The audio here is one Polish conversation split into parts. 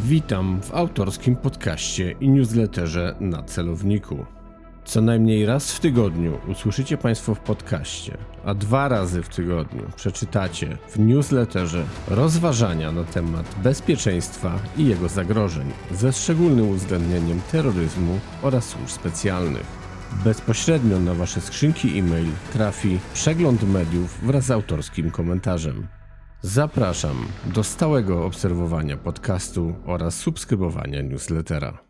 Witam w autorskim podcaście i newsletterze na celowniku. Co najmniej raz w tygodniu usłyszycie Państwo w podcaście, a 2 razy w tygodniu przeczytacie w newsletterze rozważania na temat bezpieczeństwa i jego zagrożeń, ze szczególnym uwzględnieniem terroryzmu oraz służb specjalnych. Bezpośrednio na Wasze skrzynki e-mail trafi przegląd mediów wraz z autorskim komentarzem. Zapraszam do stałego obserwowania podcastu oraz subskrybowania newslettera.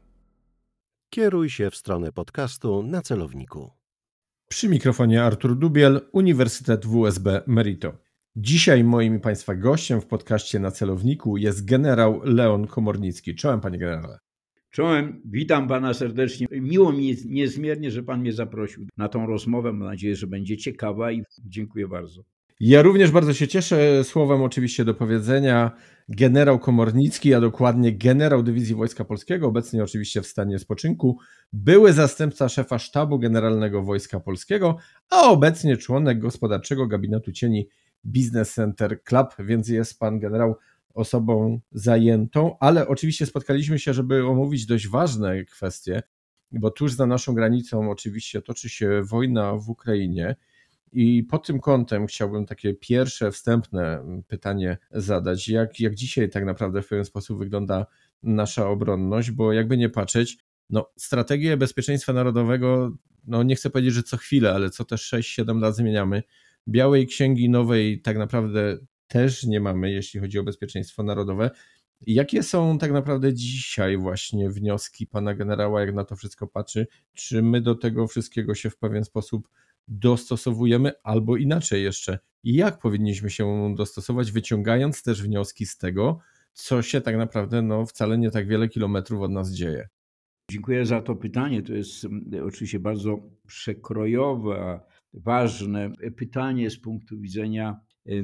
Kieruj się w stronę podcastu na celowniku. Przy mikrofonie Artur Dubiel, Uniwersytet WSB Merito. Dzisiaj moim i Państwa gościem w podcaście na celowniku jest generał Leon Komornicki. Czołem, panie generale. Czołem, witam pana serdecznie. Miło mi jest niezmiernie, że pan mnie zaprosił na tą rozmowę. Mam nadzieję, że będzie ciekawa i dziękuję bardzo. Ja również bardzo się cieszę. Słowem oczywiście do powiedzenia generał Komornicki, a dokładnie generał Dywizji Wojska Polskiego, obecnie oczywiście w stanie spoczynku, były zastępca szefa Sztabu Generalnego Wojska Polskiego, a obecnie członek gospodarczego gabinetu cieni Business Center Club, więc jest pan generał osobą zajętą, ale oczywiście spotkaliśmy się, żeby omówić dość ważne kwestie, bo tuż za naszą granicą oczywiście toczy się wojna w Ukrainie. I pod tym kątem chciałbym takie pierwsze, wstępne pytanie zadać. Jak dzisiaj tak naprawdę w pewien sposób wygląda nasza obronność? Bo jakby nie patrzeć, strategię bezpieczeństwa narodowego, nie chcę powiedzieć, że co chwilę, ale co też 6-7 lat zmieniamy. Białej księgi nowej tak naprawdę też nie mamy, jeśli chodzi o bezpieczeństwo narodowe. Jakie są tak naprawdę dzisiaj właśnie wnioski pana generała, jak na to wszystko patrzy? Czy my do tego wszystkiego się w pewien sposób dostosowujemy, albo inaczej jeszcze, jak powinniśmy się dostosować, wyciągając też wnioski z tego, co się tak naprawdę wcale nie tak wiele kilometrów od nas dzieje? Dziękuję za to pytanie. To jest oczywiście bardzo przekrojowe, ważne pytanie z punktu widzenia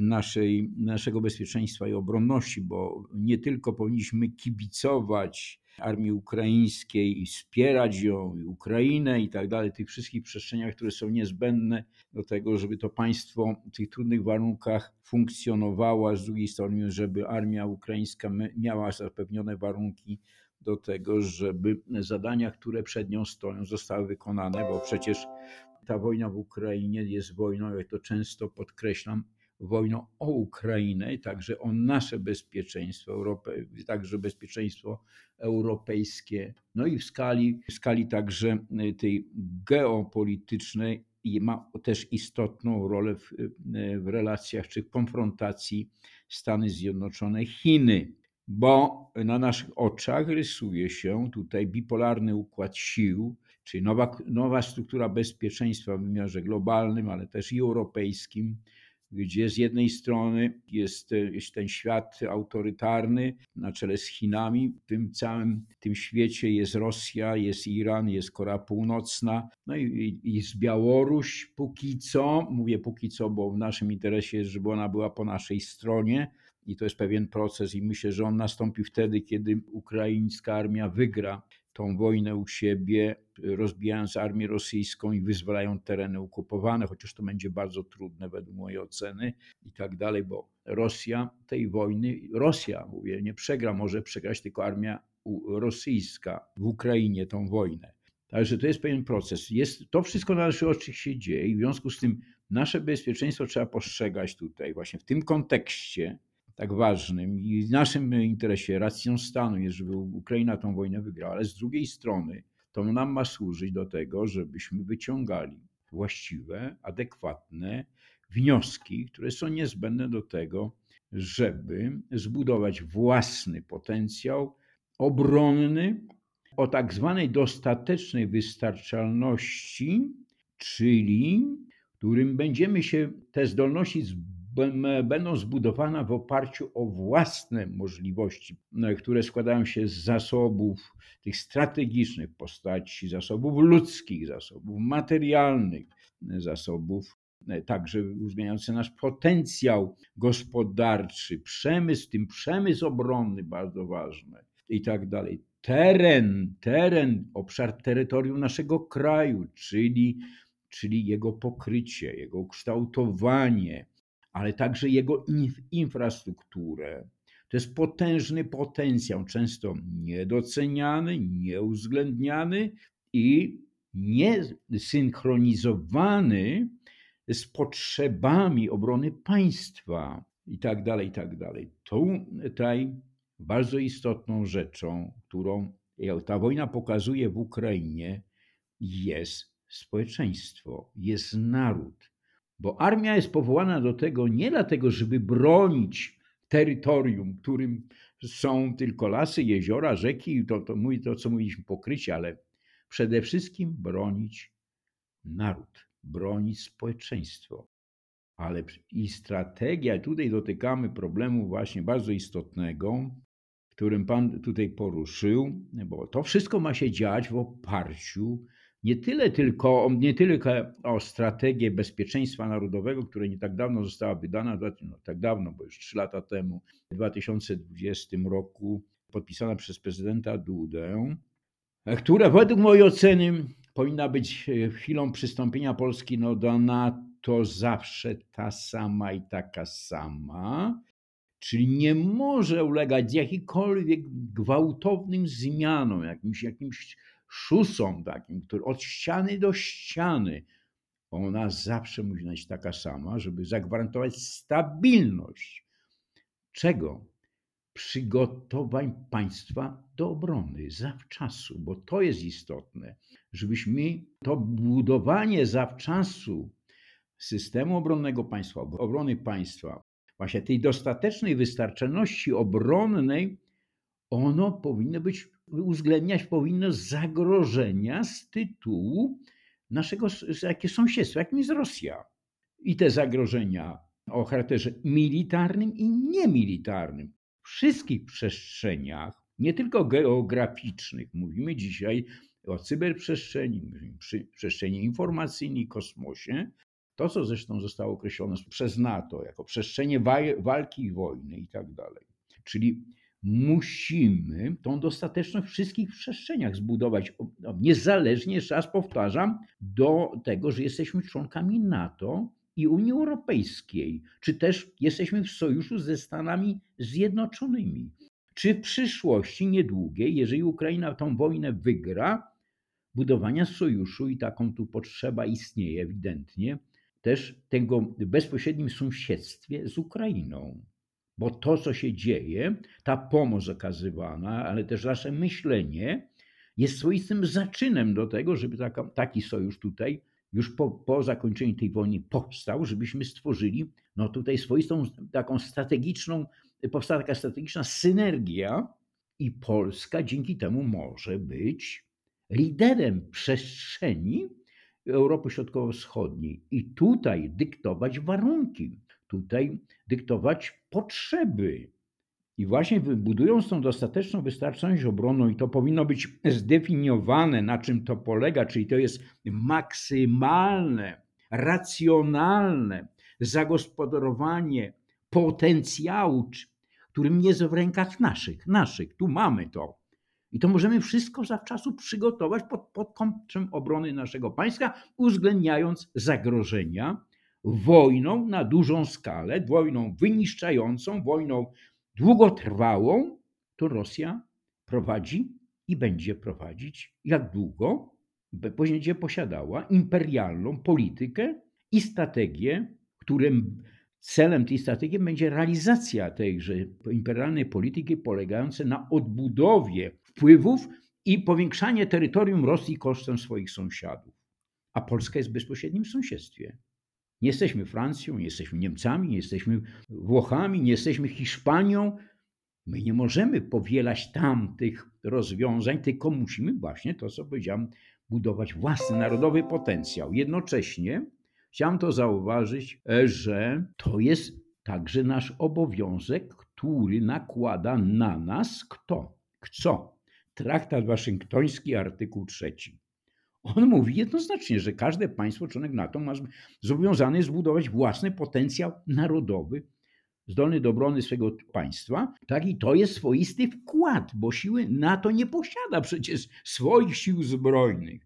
naszego bezpieczeństwa i obronności, bo nie tylko powinniśmy kibicować armii ukraińskiej i wspierać ją, i Ukrainę i tak dalej, tych wszystkich przestrzeniach, które są niezbędne do tego, żeby to państwo w tych trudnych warunkach funkcjonowało, a z drugiej strony, żeby armia ukraińska miała zapewnione warunki do tego, żeby zadania, które przed nią stoją, zostały wykonane, bo przecież ta wojna w Ukrainie jest wojną, jak to często podkreślam, wojną o Ukrainę, także o nasze bezpieczeństwo, także bezpieczeństwo europejskie, i w skali także tej geopolitycznej i ma też istotną rolę w relacjach czy konfrontacji Stany Zjednoczone, Chiny, bo na naszych oczach rysuje się tutaj bipolarny układ sił, czyli nowa struktura bezpieczeństwa w wymiarze globalnym, ale też i europejskim, gdzie z jednej strony jest ten świat autorytarny na czele z Chinami, w tym całym tym świecie jest Rosja, jest Iran, jest Korea Północna, i jest Białoruś póki co, mówię póki co, bo w naszym interesie jest, żeby ona była po naszej stronie i to jest pewien proces i myślę, że on nastąpi wtedy, kiedy ukraińska armia wygra tą wojnę u siebie, rozbijając armię rosyjską i wyzwalając tereny okupowane, chociaż to będzie bardzo trudne według mojej oceny i tak dalej, bo Rosja tej wojny, mówię, nie przegra, może przegrać tylko armia rosyjska w Ukrainie tą wojnę. Także to jest pewien proces. To wszystko na naszych oczach się dzieje i w związku z tym nasze bezpieczeństwo trzeba postrzegać tutaj właśnie w tym kontekście tak ważnym i w naszym interesie racją stanu jest, żeby Ukraina tą wojnę wygrała, ale z drugiej strony to nam ma służyć do tego, żebyśmy wyciągali właściwe, adekwatne wnioski, które są niezbędne do tego, żeby zbudować własny potencjał obronny o tak zwanej dostatecznej wystarczalności, czyli którym będziemy się te zdolności będą zbudowane w oparciu o własne możliwości, które składają się z zasobów tych strategicznych w postaci zasobów ludzkich, zasobów materialnych, zasobów także uwzględniające nasz potencjał gospodarczy, przemysł, w tym przemysł obronny bardzo ważny i tak dalej. Teren, obszar terytorium naszego kraju, czyli jego pokrycie, jego kształtowanie, ale także jego infrastrukturę. To jest potężny potencjał, często niedoceniany, nieuwzględniany i niesynchronizowany z potrzebami obrony państwa i tak dalej, i tak dalej. Tutaj bardzo istotną rzeczą, którą ta wojna pokazuje w Ukrainie, jest społeczeństwo, jest naród. Bo armia jest powołana do tego nie dlatego, żeby bronić terytorium, którym są tylko lasy, jeziora, rzeki, to co mówiliśmy, pokrycie, ale przede wszystkim bronić naród, bronić społeczeństwo. Ale i strategia, tutaj dotykamy problemu właśnie bardzo istotnego, którym Pan tutaj poruszył, bo to wszystko ma się dziać w oparciu nie tylko o strategię bezpieczeństwa narodowego, która nie tak dawno została wydana, tak dawno, bo już 3 lata temu, w 2020 roku, podpisana przez prezydenta Dudę, która według mojej oceny powinna być chwilą przystąpienia Polski do NATO zawsze ta sama i taka sama, czyli nie może ulegać jakikolwiek gwałtownym zmianom, jakimś szusom takim, który od ściany do ściany. Ona zawsze musi być taka sama, żeby zagwarantować stabilność. Czego? Przygotowań państwa do obrony zawczasu, bo to jest istotne, żebyśmy to budowanie zawczasu systemu obronnego państwa, obrony państwa, właśnie tej dostatecznej wystarczalności obronnej, ono powinno uwzględniać zagrożenia z tytułu naszego sąsiedztwa, jakim jest Rosja. I te zagrożenia o charakterze militarnym i niemilitarnym. W wszystkich przestrzeniach, nie tylko geograficznych, mówimy dzisiaj o cyberprzestrzeni, przestrzeni informacyjnej, kosmosie, to co zresztą zostało określone przez NATO jako przestrzenie walki i wojny i tak dalej. Czyli musimy tą dostateczność w wszystkich przestrzeniach zbudować, niezależnie, jeszcze raz powtarzam, do tego, że jesteśmy członkami NATO i Unii Europejskiej, czy też jesteśmy w sojuszu ze Stanami Zjednoczonymi. Czy w przyszłości niedługiej, jeżeli Ukraina tą wojnę wygra, budowania sojuszu, i taką tu potrzeba istnieje ewidentnie, też tego w bezpośrednim sąsiedztwie z Ukrainą. Bo to, co się dzieje, ta pomoc okazywana, ale też nasze myślenie jest swoistym zaczynem do tego, żeby taki sojusz tutaj już po zakończeniu tej wojny powstał, żebyśmy stworzyli tutaj swoistą taką powstała taka strategiczna synergia i Polska dzięki temu może być liderem przestrzeni Europy Środkowo-Wschodniej i tutaj dyktować warunki, tutaj dyktować potrzeby. I właśnie budując tą dostateczną wystarczalność obronną, i to powinno być zdefiniowane, na czym to polega, czyli to jest maksymalne, racjonalne zagospodarowanie potencjału, którym jest w rękach naszych. Tu mamy to. I to możemy wszystko zawczasu przygotować pod kątem obrony naszego państwa, uwzględniając zagrożenia wojną na dużą skalę, wojną wyniszczającą, wojną długotrwałą, to Rosja prowadzi i będzie prowadzić jak długo będzie posiadała imperialną politykę i strategię, którym celem tej strategii będzie realizacja tejże imperialnej polityki polegającej na odbudowie wpływów i powiększanie terytorium Rosji kosztem swoich sąsiadów. A Polska jest w bezpośrednim sąsiedztwie. Nie jesteśmy Francją, nie jesteśmy Niemcami, nie jesteśmy Włochami, nie jesteśmy Hiszpanią. My nie możemy powielać tamtych rozwiązań, tylko musimy właśnie to, co powiedziałem, budować własny narodowy potencjał. Jednocześnie chciałem to zauważyć, że to jest także nasz obowiązek, który nakłada na nas kto? Traktat Waszyngtoński, artykuł 3. On mówi jednoznacznie, że każde państwo, członek NATO, zobowiązane jest zbudować własny potencjał narodowy, zdolny do obrony swojego państwa. Tak, i to jest swoisty wkład, bo siły NATO nie posiada przecież swoich sił zbrojnych.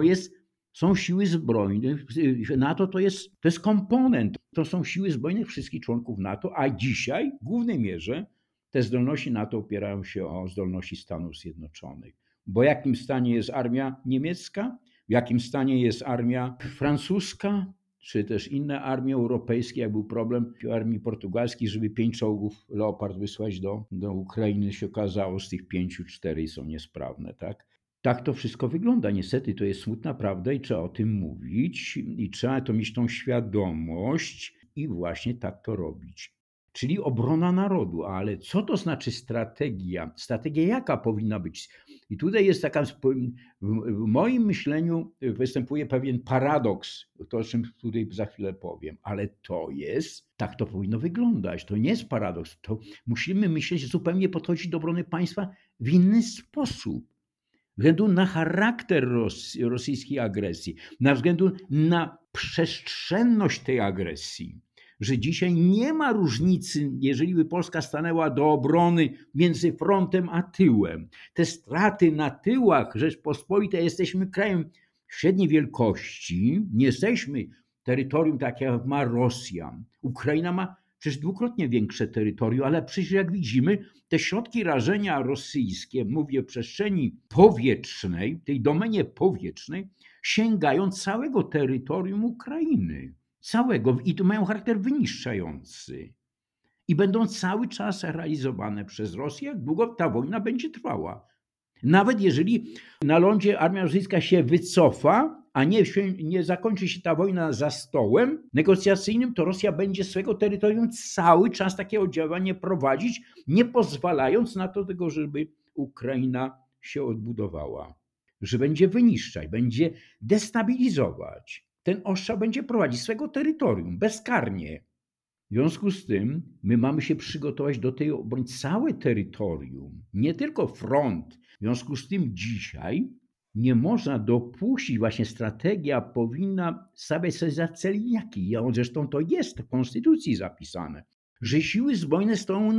Są siły zbrojne. NATO to jest komponent. To są siły zbrojne wszystkich członków NATO, a dzisiaj w głównej mierze Te zdolności NATO opierają się o zdolności Stanów Zjednoczonych. Bo w jakim stanie jest armia niemiecka, w jakim stanie jest armia francuska, czy też inne armie europejskie, jak był problem w armii portugalskiej, żeby 5 czołgów Leopard wysłać do Ukrainy, się okazało, z tych 5 4 są niesprawne, tak? Tak to wszystko wygląda. Niestety to jest smutna prawda i trzeba o tym mówić i trzeba to mieć tą świadomość i właśnie tak to robić. Czyli obrona narodu, ale co to znaczy strategia? Strategia jaka powinna być? I tutaj jest taka, w moim myśleniu występuje pewien paradoks, to o czym tutaj za chwilę powiem, ale tak to powinno wyglądać. To nie jest paradoks, to musimy myśleć, zupełnie podchodzić do obrony państwa w inny sposób. Ze względu na charakter rosyjskiej agresji, na względu na przestrzenność tej agresji, że dzisiaj nie ma różnicy, jeżeli by Polska stanęła do obrony między frontem a tyłem. Te straty na tyłach Rzeczpospolitej, jesteśmy krajem średniej wielkości, nie jesteśmy terytorium takie jak ma Rosja. Ukraina ma przecież dwukrotnie większe terytorium, ale przecież jak widzimy, te środki rażenia rosyjskie, mówię o przestrzeni powietrznej, tej domenie powietrznej, sięgają całego terytorium Ukrainy. Całego. I to mają charakter wyniszczający. I będą cały czas realizowane przez Rosję, jak długo ta wojna będzie trwała. Nawet jeżeli na lądzie armia rosyjska się wycofa, a nie zakończy się ta wojna za stołem negocjacyjnym, to Rosja będzie swego terytorium cały czas takie oddziaływanie prowadzić, nie pozwalając na to tego, żeby Ukraina się odbudowała. Że będzie wyniszczać, będzie destabilizować. Ten ostrzał będzie prowadzić swego terytorium bezkarnie. W związku z tym my mamy się przygotować do tej obrony całe terytorium, nie tylko front. W związku z tym dzisiaj nie można dopuścić, właśnie strategia powinna stawiać sobie za cel jaki, zresztą to jest w Konstytucji zapisane, że siły zbrojne stoją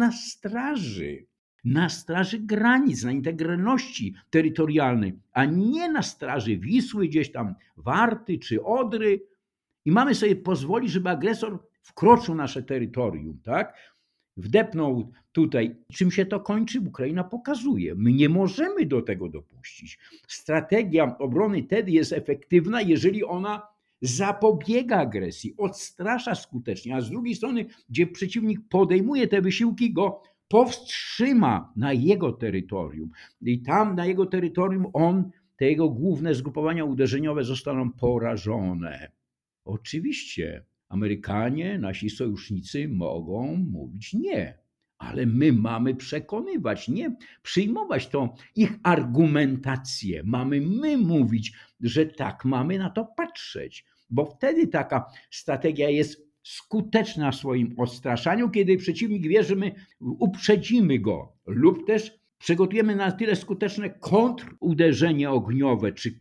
na straży granic, na integralności terytorialnej, a nie na straży Wisły, gdzieś tam Warty czy Odry. I mamy sobie pozwolić, żeby agresor wkroczył w nasze terytorium, tak? Wdepnął tutaj. Czym się to kończy? Ukraina pokazuje. My nie możemy do tego dopuścić. Strategia obrony wtedy jest efektywna, jeżeli ona zapobiega agresji, odstrasza skutecznie, a z drugiej strony, gdzie przeciwnik podejmuje te wysiłki, go powstrzyma na jego terytorium. I tam na jego terytorium te jego główne zgrupowania uderzeniowe zostaną porażone. Oczywiście Amerykanie, nasi sojusznicy mogą mówić nie, ale my mamy przekonywać, nie przyjmować tą ich argumentację. Mamy my mówić, że tak mamy na to patrzeć, bo wtedy taka strategia jest skuteczna w swoim odstraszaniu, kiedy przeciwnik wie, że my uprzedzimy go lub też przygotujemy na tyle skuteczne kontruderzenie ogniowe, czy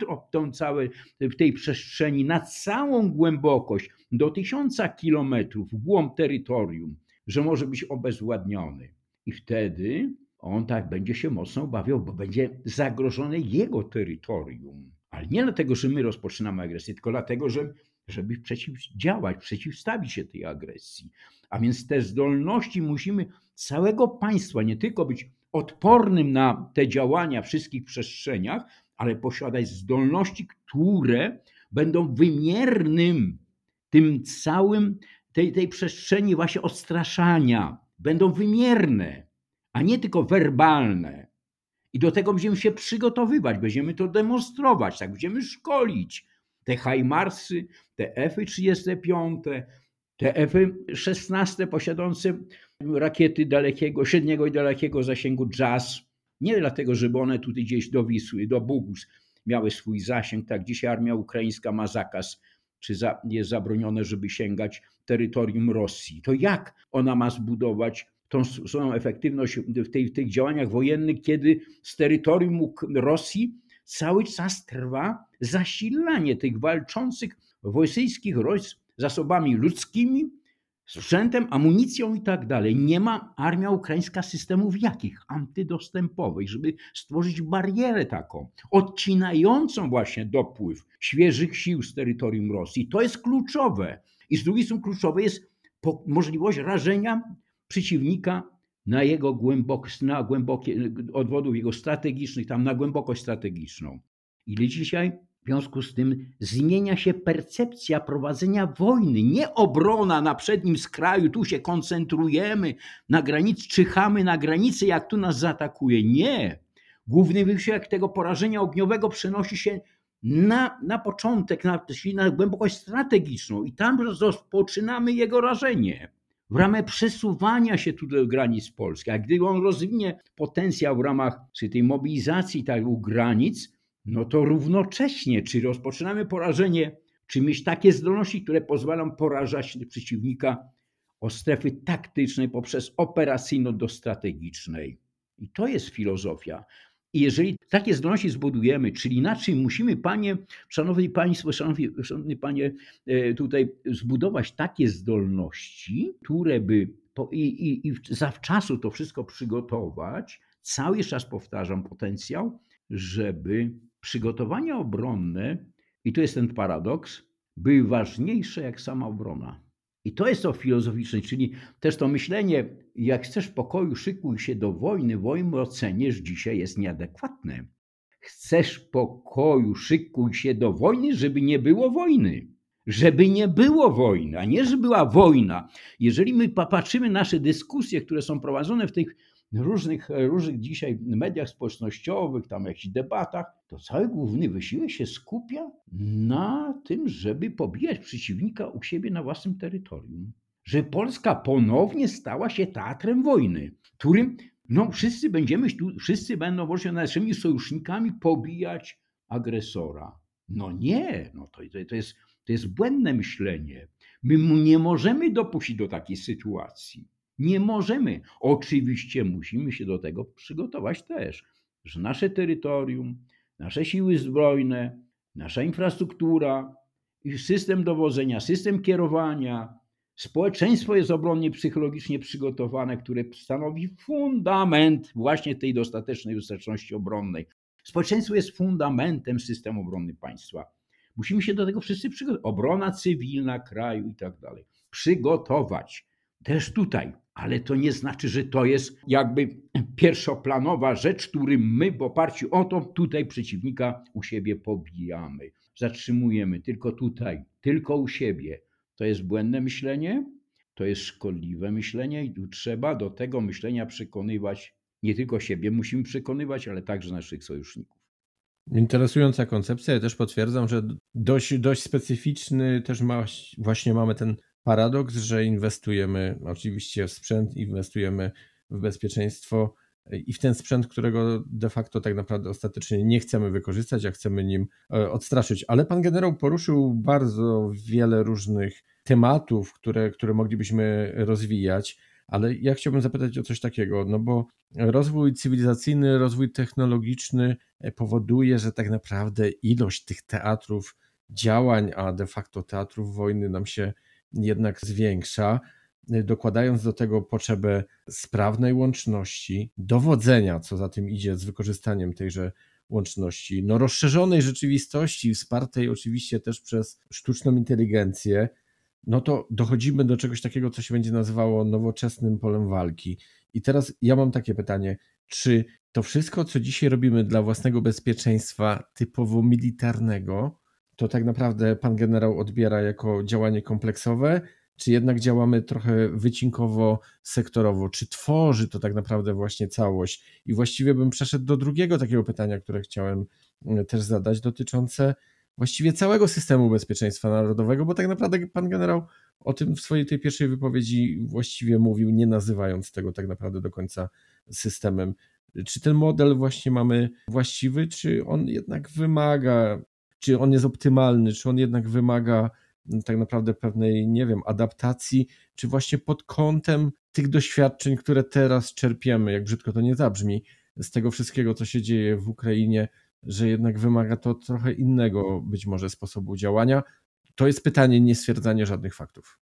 w tej przestrzeni na całą głębokość do 1000 kilometrów w głąb terytorium, że może być obezwładniony. I wtedy on tak będzie się mocno obawiał, bo będzie zagrożone jego terytorium. Ale nie dlatego, że my rozpoczynamy agresję, tylko dlatego, żeby przeciwdziałać, przeciwstawić się tej agresji. A więc te zdolności musimy całego państwa, nie tylko być odpornym na te działania w wszystkich przestrzeniach, ale posiadać zdolności, które będą wymiernym tym całym, tej przestrzeni właśnie odstraszania. Będą wymierne, a nie tylko werbalne. I do tego będziemy się przygotowywać, będziemy to demonstrować, tak będziemy szkolić. Te HIMARS-y, te F-35, te F-16 posiadające rakiety średniego i dalekiego zasięgu JAS. Nie dlatego, żeby one tutaj gdzieś do Wisły, do Bugóż miały swój zasięg. Tak, dzisiaj armia ukraińska ma zakaz, czy jest zabronione, żeby sięgać terytorium Rosji. To jak ona ma zbudować tą swoją efektywność w tych działaniach wojennych, kiedy z terytorium Rosji cały czas trwa zasilanie tych walczących rosyjskich wojsk zasobami ludzkimi, sprzętem, amunicją i tak dalej. Nie ma armia ukraińska systemów jakich? Antydostępowych, żeby stworzyć barierę taką, odcinającą właśnie dopływ świeżych sił z terytorium Rosji. To jest kluczowe. I z drugiej strony kluczowe jest możliwość rażenia przeciwnika na jego głębokie odwodów jego strategicznych, tam na głębokość strategiczną. Ile dzisiaj w związku z tym zmienia się percepcja prowadzenia wojny, nie obrona na przednim skraju, tu się koncentrujemy na granicy, czyhamy na granicy, jak tu nas zaatakuje. Nie. Główny wysiłek tego porażenia ogniowego przenosi się na początek, czyli na głębokość strategiczną i tam rozpoczynamy jego rażenie. W ramach przesuwania się tu do granic Polski, a gdy on rozwinie potencjał w ramach tej mobilizacji u granic, no to równocześnie, czy rozpoczynamy porażenie, czy mieć takie zdolności, które pozwalają porażać przeciwnika od strefy taktycznej poprzez operacyjną do strategicznej. I to jest filozofia. I jeżeli takie zdolności zbudujemy, czyli inaczej musimy, panie, szanowni państwo, szanowny panie, tutaj zbudować takie zdolności, które by i zawczasu to wszystko przygotować, cały czas powtarzam, potencjał, żeby przygotowania obronne, i to jest ten paradoks, były ważniejsze jak sama obrona. I to jest to filozoficzne, czyli też to myślenie, jak chcesz pokoju, szykuj się do wojny, wojnę oceniesz dzisiaj jest nieadekwatne. Chcesz pokoju, szykuj się do wojny, żeby nie było wojny. Żeby nie było wojny, a nie, żeby była wojna. Jeżeli my patrzymy nasze dyskusje, które są prowadzone w tych różnych dzisiaj mediach społecznościowych, tam jakichś debatach, to cały główny wysiłek się skupia na tym, żeby pobijać przeciwnika u siebie na własnym terytorium. Że Polska ponownie stała się teatrem wojny, którym wszyscy będą właśnie naszymi sojusznikami pobijać agresora. No nie, to jest błędne myślenie. My nie możemy dopuścić do takiej sytuacji. Nie możemy. Oczywiście musimy się do tego przygotować też, że nasze terytorium, nasze siły zbrojne, nasza infrastruktura, system dowodzenia, system kierowania, społeczeństwo jest obronnie, psychologicznie przygotowane, które stanowi fundament właśnie tej dostatecznej wystarczalności obronnej. Społeczeństwo jest fundamentem systemu obrony państwa. Musimy się do tego wszyscy przygotować. Obrona cywilna kraju i tak dalej. Przygotować. Też tutaj. Ale to nie znaczy, że to jest jakby pierwszoplanowa rzecz, którym my w oparciu o to tutaj przeciwnika u siebie pobijamy. Zatrzymujemy tylko tutaj, tylko u siebie. To jest błędne myślenie, to jest szkodliwe myślenie i tu trzeba do tego myślenia przekonywać nie tylko siebie, musimy przekonywać, ale także naszych sojuszników. Interesująca koncepcja. Ja też potwierdzam, że dość specyficzny też właśnie mamy ten paradoks, że inwestujemy oczywiście w sprzęt, inwestujemy w bezpieczeństwo i w ten sprzęt, którego de facto tak naprawdę ostatecznie nie chcemy wykorzystać, a chcemy nim odstraszyć. Ale pan generał poruszył bardzo wiele różnych tematów, które moglibyśmy rozwijać, ale ja chciałbym zapytać o coś takiego, no bo rozwój cywilizacyjny, rozwój technologiczny powoduje, że tak naprawdę ilość tych teatrów działań, a de facto teatrów wojny nam się jednak zwiększa, dokładając do tego potrzebę sprawnej łączności, dowodzenia, co za tym idzie z wykorzystaniem tejże łączności, no rozszerzonej rzeczywistości, wspartej oczywiście też przez sztuczną inteligencję, no to dochodzimy do czegoś takiego, co się będzie nazywało nowoczesnym polem walki. I teraz ja mam takie pytanie, czy to wszystko, co dzisiaj robimy dla własnego bezpieczeństwa typowo militarnego, to tak naprawdę pan generał odbiera jako działanie kompleksowe, czy jednak działamy trochę wycinkowo, sektorowo? Czy tworzy to tak naprawdę właśnie całość? I właściwie bym przeszedł do drugiego takiego pytania, które chciałem też zadać, dotyczące właściwie całego systemu bezpieczeństwa narodowego, bo tak naprawdę pan generał o tym w swojej tej pierwszej wypowiedzi właściwie mówił, nie nazywając tego tak naprawdę do końca systemem. Czy ten model właśnie mamy właściwy, czy on jednak wymaga, czy on jest optymalny, czy on jednak wymaga tak naprawdę pewnej, nie wiem, adaptacji, czy właśnie pod kątem tych doświadczeń, które teraz czerpiemy, jak brzydko to nie zabrzmi, z tego wszystkiego, co się dzieje w Ukrainie, że jednak wymaga to trochę innego być może sposobu działania. To jest pytanie, nie stwierdzanie żadnych faktów.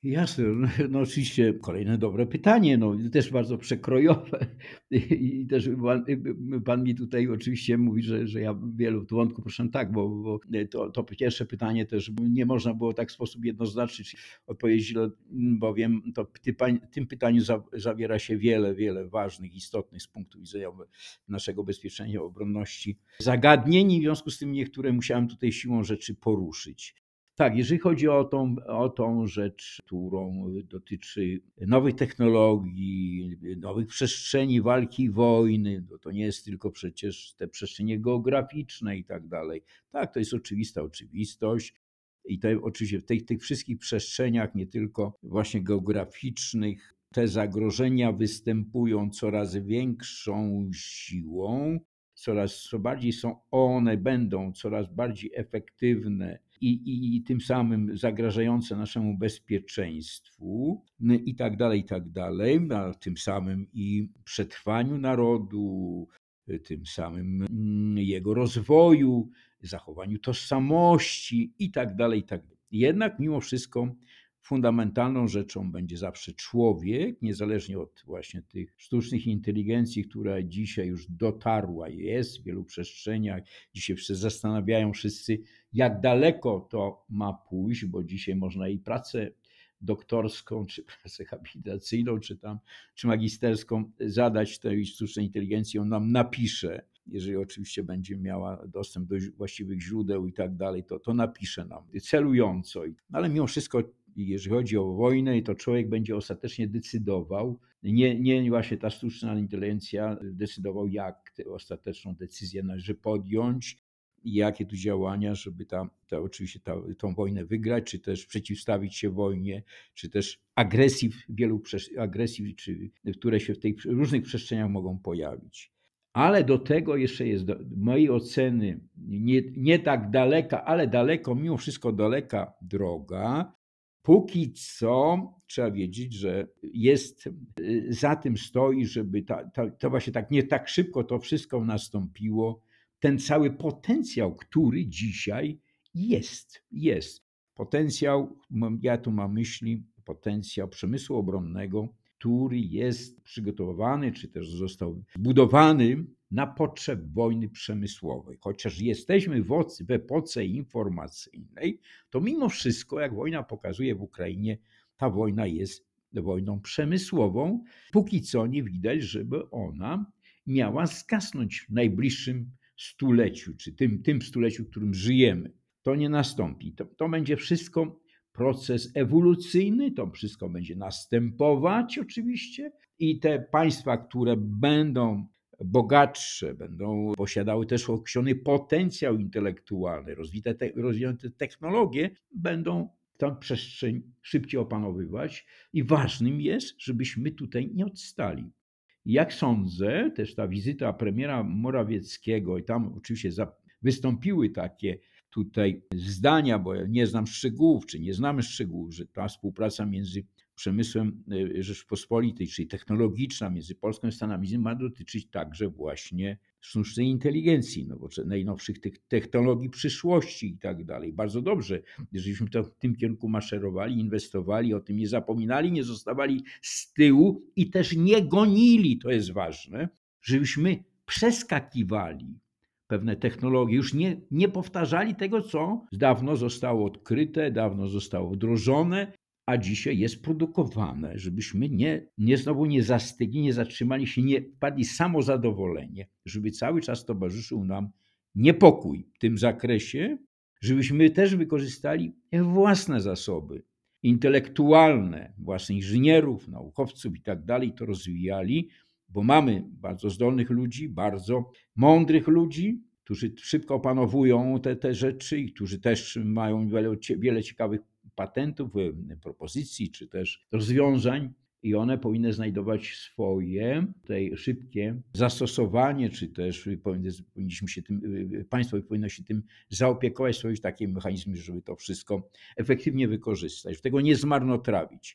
Jasne, no oczywiście kolejne dobre pytanie, no też bardzo przekrojowe i też pan mi tutaj oczywiście mówi, że ja wielu wątków proszę tak, bo to pierwsze pytanie też nie można było tak w sposób jednoznaczny odpowiedzieć, bowiem to w tym pytaniu zawiera się wiele ważnych, istotnych z punktu widzenia naszego bezpieczeństwa, obronności zagadnień i w związku z tym niektóre musiałem tutaj siłą rzeczy poruszyć. Tak, jeżeli chodzi o tą rzecz, którą dotyczy nowych technologii, nowych przestrzeni walki i wojny, to nie jest tylko przecież te przestrzenie geograficzne i tak dalej. Tak, to jest oczywista oczywistość. I oczywiście w tych wszystkich przestrzeniach, nie tylko właśnie geograficznych, te zagrożenia występują coraz większą siłą, coraz bardziej będą coraz bardziej efektywne i tym samym zagrażające naszemu bezpieczeństwu i tak dalej, a tym samym i przetrwaniu narodu, tym samym jego rozwoju, zachowaniu tożsamości i tak dalej. Jednak mimo wszystko fundamentalną rzeczą będzie zawsze człowiek, niezależnie od właśnie tych sztucznych inteligencji, która dzisiaj już dotarła, jest w wielu przestrzeniach. Dzisiaj zastanawiają wszyscy, jak daleko to ma pójść, bo dzisiaj można i pracę doktorską, czy pracę habilitacyjną, czy magisterską zadać tej sztucznej inteligencji, on nam napisze, jeżeli oczywiście będzie miała dostęp do właściwych źródeł i tak dalej, to napisze nam celująco. Ale mimo wszystko, jeżeli chodzi o wojnę, to człowiek będzie ostatecznie decydował, nie właśnie ta sztuczna inteligencja decydował, jak tę ostateczną decyzję należy podjąć i jakie tu działania, żeby oczywiście tą wojnę wygrać, czy też przeciwstawić się wojnie, czy też agresji, które się w tych różnych przestrzeniach mogą pojawić. Ale do tego jeszcze jest, w mojej oceny, nie tak daleka, ale mimo wszystko daleka droga. Póki co trzeba wiedzieć, że za tym stoi, żeby to właśnie nie tak szybko to wszystko nastąpiło. Ten cały potencjał, który dzisiaj jest. Potencjał, ja tu mam myśli, potencjał przemysłu obronnego, który jest przygotowany, czy też został zbudowany na potrzeb wojny przemysłowej. Chociaż jesteśmy w epoce informacyjnej, to mimo wszystko, jak wojna pokazuje w Ukrainie, ta wojna jest wojną przemysłową. Póki co nie widać, żeby ona miała zgasnąć w najbliższym stuleciu, czy tym stuleciu, w którym żyjemy. To nie nastąpi. To będzie wszystko proces ewolucyjny, to wszystko będzie następować oczywiście i te państwa, które będą bogatsze, będą posiadały też określony potencjał intelektualny, rozwinięte technologie, będą tę przestrzeń szybciej opanowywać i ważnym jest, żebyśmy tutaj nie odstali. Jak sądzę, też ta wizyta premiera Morawieckiego i tam oczywiście wystąpiły takie tutaj zdania, bo ja nie znam szczegółów, czy nie znamy szczegółów, że ta współpraca między przemysłem Rzeczpospolitej, czyli technologiczna między Polską i Stanami Zjednoczonymi ma dotyczyć także właśnie sztucznej inteligencji, najnowszych technologii przyszłości i tak dalej. Bardzo dobrze, żebyśmy w tym kierunku maszerowali, inwestowali, o tym nie zapominali, nie zostawali z tyłu i też nie gonili, to jest ważne, żebyśmy przeskakiwali pewne technologie, już nie powtarzali tego, co dawno zostało odkryte, dawno zostało wdrożone, a dzisiaj jest produkowane, żebyśmy znowu nie zastygli, nie zatrzymali się, nie wpadli w samozadowolenie, żeby cały czas towarzyszył nam niepokój w tym zakresie, żebyśmy też wykorzystali własne zasoby intelektualne, własnych inżynierów, naukowców i tak dalej, to rozwijali, bo mamy bardzo zdolnych ludzi, bardzo mądrych ludzi, którzy szybko opanowują te rzeczy i którzy też mają wiele ciekawych patentów, propozycji czy też rozwiązań i one powinny znajdować swoje tutaj szybkie zastosowanie, czy też państwo powinno się tym zaopiekować, stworzyć takie mechanizmy, żeby to wszystko efektywnie wykorzystać, żeby tego nie zmarnotrawić.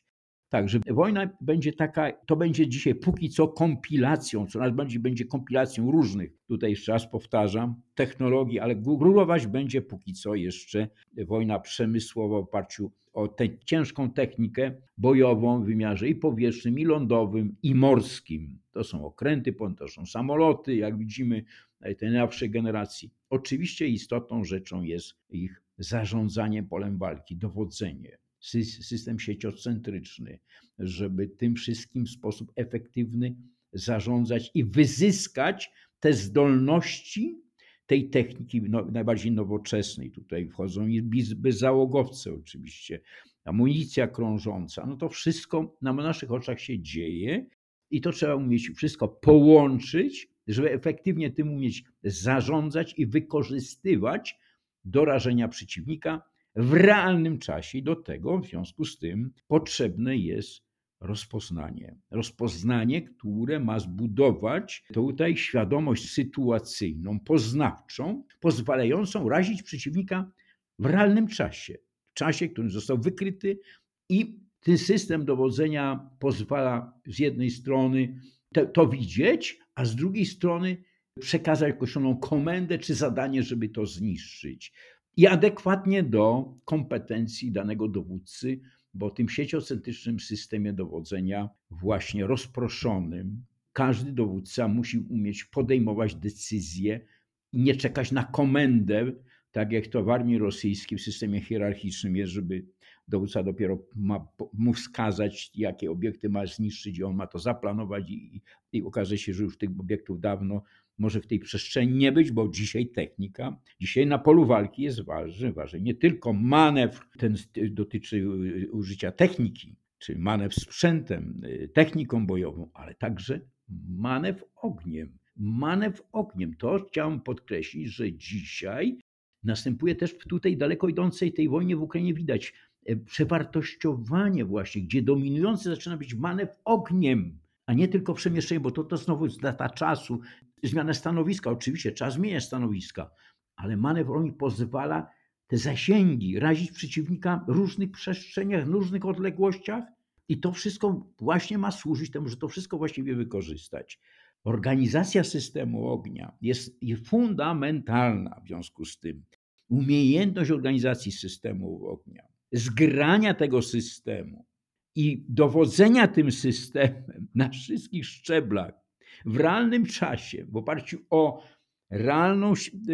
Tak, że wojna będzie taka, to będzie dzisiaj póki co kompilacją, coraz bardziej będzie kompilacją różnych, tutaj jeszcze raz powtarzam, technologii, ale górować będzie póki co jeszcze wojna przemysłowa w oparciu o tę ciężką technikę bojową w wymiarze i powietrznym, i lądowym, i morskim. To są okręty, to są samoloty, jak widzimy, tej najnowszej generacji. Oczywiście istotną rzeczą jest ich zarządzanie polem walki, dowodzenie. System sieciocentryczny, żeby tym wszystkim w sposób efektywny zarządzać i wyzyskać te zdolności tej techniki najbardziej nowoczesnej. Tutaj wchodzą i bezzałogowce oczywiście, amunicja krążąca. No to wszystko na naszych oczach się dzieje i to trzeba umieć wszystko połączyć, żeby efektywnie tym umieć zarządzać i wykorzystywać do rażenia przeciwnika w realnym czasie. I do tego w związku z tym potrzebne jest rozpoznanie. Rozpoznanie, które ma zbudować tutaj świadomość sytuacyjną, poznawczą, pozwalającą razić przeciwnika w realnym czasie. W czasie, który został wykryty i ten system dowodzenia pozwala z jednej strony to widzieć, a z drugiej strony przekazać określoną komendę czy zadanie, żeby to zniszczyć. I adekwatnie do kompetencji danego dowódcy, bo w tym sieciocentrycznym systemie dowodzenia, właśnie rozproszonym, każdy dowódca musi umieć podejmować decyzje i nie czekać na komendę, tak jak to w armii rosyjskiej w systemie hierarchicznym jest, żeby dowódca dopiero mu wskazać, jakie obiekty ma zniszczyć i on ma to zaplanować i okaże się, że już tych obiektów dawno może w tej przestrzeni nie być, bo dzisiaj technika, dzisiaj na polu walki jest ważny nie tylko manewr, ten dotyczy użycia techniki, czy manewr sprzętem, techniką bojową, ale także manewr ogniem. Manewr ogniem, to chciałem podkreślić, że dzisiaj następuje też w tutaj daleko idącej tej wojnie w Ukrainie widać przewartościowanie właśnie, gdzie dominujący zaczyna być manewr ogniem, a nie tylko przemieszczenie, bo to znowu jest data czasu, zmiana stanowiska. Oczywiście trzeba zmieniać stanowiska, ale manewr ogniem pozwala te zasięgi razić przeciwnika w różnych przestrzeniach, w różnych odległościach i to wszystko właśnie ma służyć temu, że to wszystko właściwie wykorzystać. Organizacja systemu ognia jest fundamentalna w związku z tym. Umiejętność organizacji systemu ognia, zgrania tego systemu i dowodzenia tym systemem na wszystkich szczeblach w realnym czasie, w oparciu o realną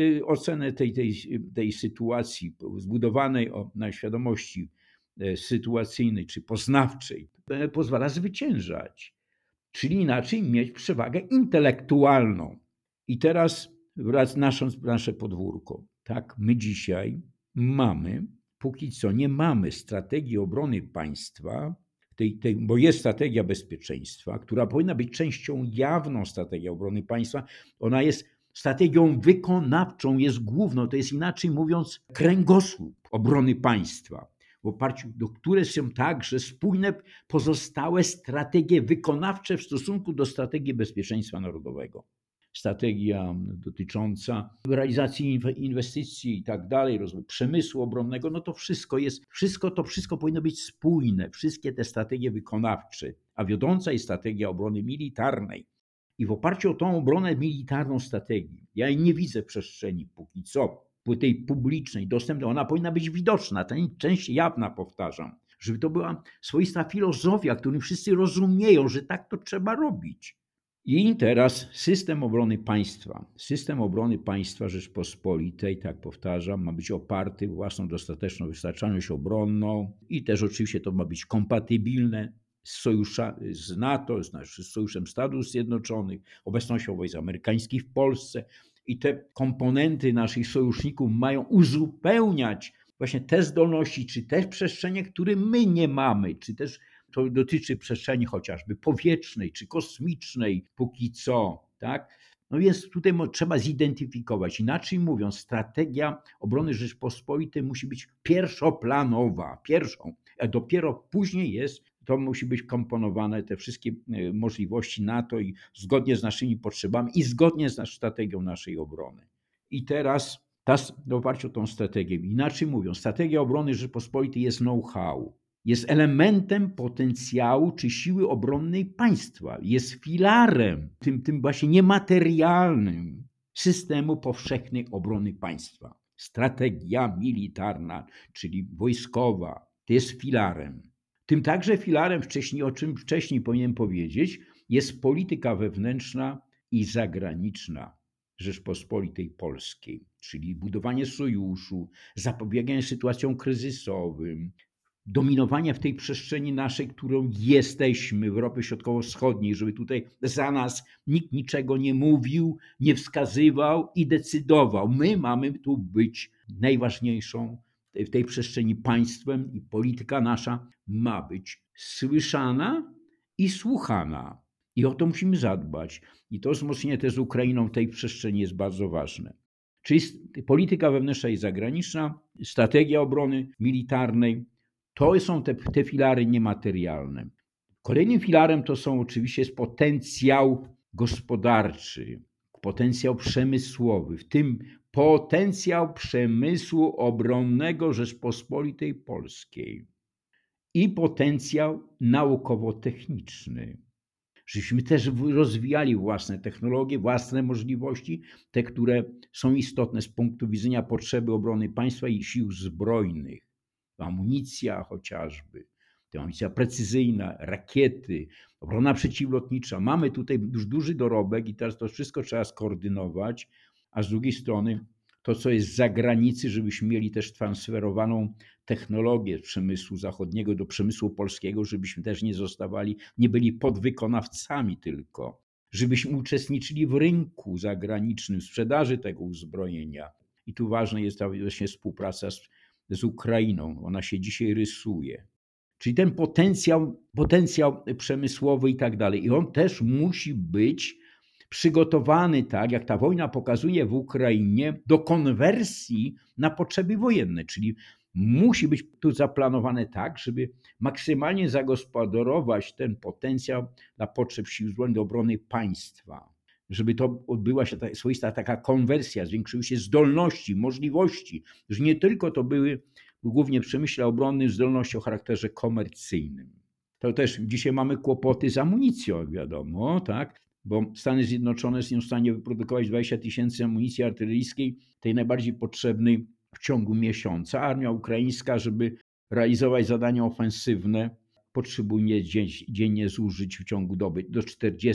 ocenę tej sytuacji zbudowanej na świadomości sytuacyjnej czy poznawczej, pozwala zwyciężać. Czyli inaczej mieć przewagę intelektualną. I teraz wraz nasze podwórko. Tak, my dzisiaj póki co nie mamy strategii obrony państwa, bo jest strategia bezpieczeństwa, która powinna być częścią jawną strategii obrony państwa. Ona jest strategią wykonawczą, jest główną, to jest inaczej mówiąc kręgosłup obrony państwa, w oparciu do których są także spójne pozostałe strategie wykonawcze w stosunku do strategii bezpieczeństwa narodowego. Strategia dotycząca realizacji inwestycji i tak dalej, rozwoju przemysłu obronnego, no to wszystko powinno być spójne, wszystkie te strategie wykonawcze, a wiodąca jest strategia obrony militarnej. I w oparciu o tą obronę militarną strategii, ja jej nie widzę w przestrzeni póki co, tej publicznej, dostępnej, ona powinna być widoczna, ta część jawna, powtarzam, żeby to była swoista filozofia, którą wszyscy rozumieją, że tak to trzeba robić. I teraz system obrony państwa. System obrony państwa Rzeczpospolitej, tak powtarzam, ma być oparty własną dostateczną wystarczalność obronną i też oczywiście to ma być kompatybilne z NATO, z Sojuszem Stanów Zjednoczonych, obecnością wojsk amerykańskich w Polsce. I te komponenty naszych sojuszników mają uzupełniać właśnie te zdolności, czy te przestrzenie, które my nie mamy, czy też to dotyczy przestrzeni chociażby powietrznej, czy kosmicznej, póki co, tak? No więc tutaj trzeba zidentyfikować. Inaczej mówiąc, strategia obrony Rzeczypospolitej musi być pierwszoplanowa, a dopiero później to musi być komponowane te wszystkie możliwości NATO i zgodnie z naszymi potrzebami i zgodnie z strategią naszej obrony. I teraz w oparciu o tą strategię, inaczej mówiąc, strategia obrony Rzeczypospolitej jest know-how. jest elementem potencjału czy siły obronnej państwa, jest filarem, tym właśnie niematerialnym systemu powszechnej obrony państwa. Strategia militarna, czyli wojskowa, to jest filarem. Tym także filarem, o czym wcześniej powinienem powiedzieć, jest polityka wewnętrzna i zagraniczna Rzeczpospolitej Polskiej, czyli budowanie sojuszu, zapobieganie sytuacjom kryzysowym, dominowanie w tej przestrzeni naszej, którą jesteśmy, w Europie Środkowo-Wschodniej, żeby tutaj za nas nikt niczego nie mówił, nie wskazywał i decydował. My mamy tu być najważniejszą w tej przestrzeni państwem i polityka nasza ma być słyszana i słuchana. I o to musimy zadbać. I to wzmocnienie też z Ukrainą w tej przestrzeni jest bardzo ważne. Czyli polityka wewnętrzna i zagraniczna, strategia obrony militarnej, to są te filary niematerialne. Kolejnym filarem to są oczywiście jest potencjał gospodarczy, potencjał przemysłowy, w tym potencjał przemysłu obronnego Rzeczpospolitej Polskiej i potencjał naukowo-techniczny. Żebyśmy też rozwijali własne technologie, własne możliwości, te, które są istotne z punktu widzenia potrzeby obrony państwa i sił zbrojnych. Amunicja chociażby, amunicja precyzyjna, rakiety, obrona przeciwlotnicza. Mamy tutaj już duży dorobek i teraz to wszystko trzeba skoordynować, a z drugiej strony to, co jest z zagranicy, żebyśmy mieli też transferowaną technologię z przemysłu zachodniego do przemysłu polskiego, żebyśmy też nie byli podwykonawcami tylko, żebyśmy uczestniczyli w rynku zagranicznym, sprzedaży tego uzbrojenia. I tu ważna jest ta właśnie współpraca z Ukrainą. Ona się dzisiaj rysuje. Czyli ten potencjał przemysłowy i tak dalej. I on też musi być przygotowany, tak jak ta wojna pokazuje w Ukrainie, do konwersji na potrzeby wojenne. Czyli musi być tu zaplanowane tak, żeby maksymalnie zagospodarować ten potencjał dla potrzeb sił zbrojnych do obrony państwa. Żeby to odbyła się swoista taka konwersja, zwiększyły się zdolności, możliwości, że nie tylko to były głównie w przemyśle obronnym zdolności o charakterze komercyjnym. To też dzisiaj mamy kłopoty z amunicją, wiadomo, tak? Bo Stany Zjednoczone są w stanie wyprodukować 20 000 amunicji artyleryjskiej, tej najbardziej potrzebnej w ciągu miesiąca. Armia ukraińska, żeby realizować zadania ofensywne, potrzebuje dziennie zużyć w ciągu doby do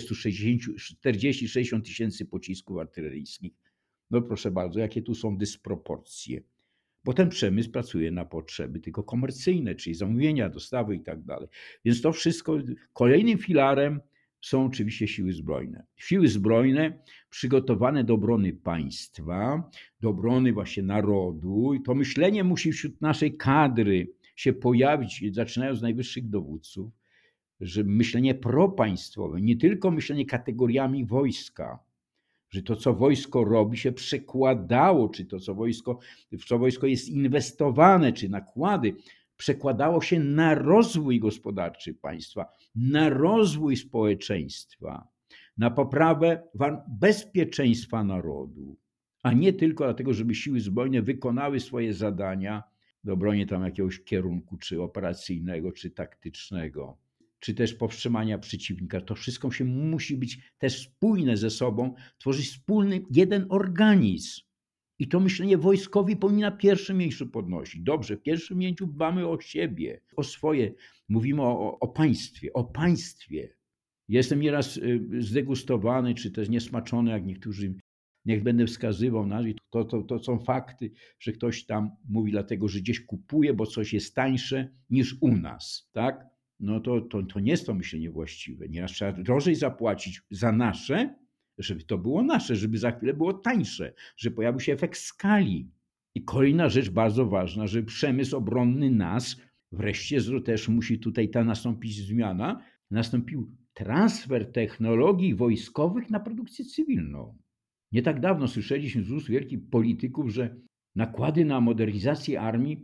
40-60 tysięcy pocisków artyleryjskich. No proszę bardzo, jakie tu są dysproporcje. Bo ten przemysł pracuje na potrzeby tylko komercyjne, czyli zamówienia, dostawy i tak dalej. Więc to wszystko, kolejnym filarem są oczywiście siły zbrojne. Siły zbrojne przygotowane do obrony państwa, do obrony właśnie narodu. I to myślenie musi wśród naszej kadry się pojawić, zaczynając z najwyższych dowódców, że myślenie propaństwowe, nie tylko myślenie kategoriami wojska, że to, co wojsko robi, się przekładało, czy to, w co wojsko jest inwestowane, czy nakłady, przekładało się na rozwój gospodarczy państwa, na rozwój społeczeństwa, na poprawę bezpieczeństwa narodu, a nie tylko dlatego, żeby siły zbrojne wykonały swoje zadania do obrony tam jakiegoś kierunku, czy operacyjnego, czy taktycznego, czy też powstrzymania przeciwnika. To wszystko musi być też spójne ze sobą, tworzyć wspólny jeden organizm. I to myślenie wojskowi powinno na pierwszym miejscu podnosić. Dobrze, w pierwszym miejscu dbamy o siebie, o swoje. Mówimy o państwie, o państwie. Jestem nieraz zdegustowany, czy też niesmaczony, jak niektórzy, niech będę wskazywał na to są fakty, że ktoś tam mówi dlatego, że gdzieś kupuje, bo coś jest tańsze niż u nas, tak? No to nie jest to myślenie właściwe. Nieraz trzeba drożej zapłacić za nasze, żeby to było nasze, żeby za chwilę było tańsze, że pojawił się efekt skali. I kolejna rzecz bardzo ważna, że przemysł obronny nas, wreszcie też musi tutaj nastąpić zmiana, nastąpił transfer technologii wojskowych na produkcję cywilną. Nie tak dawno słyszeliśmy z ust wielkich polityków, że nakłady na modernizację armii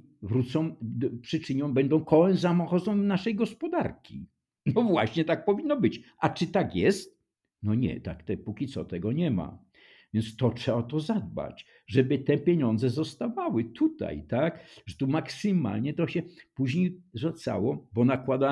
będą kołem zamachowym naszej gospodarki. No właśnie tak powinno być. A czy tak jest? No nie, póki co tego nie ma. Więc to trzeba o to zadbać, żeby te pieniądze zostawały tutaj, tak? Że tu maksymalnie to się później rzucało, bo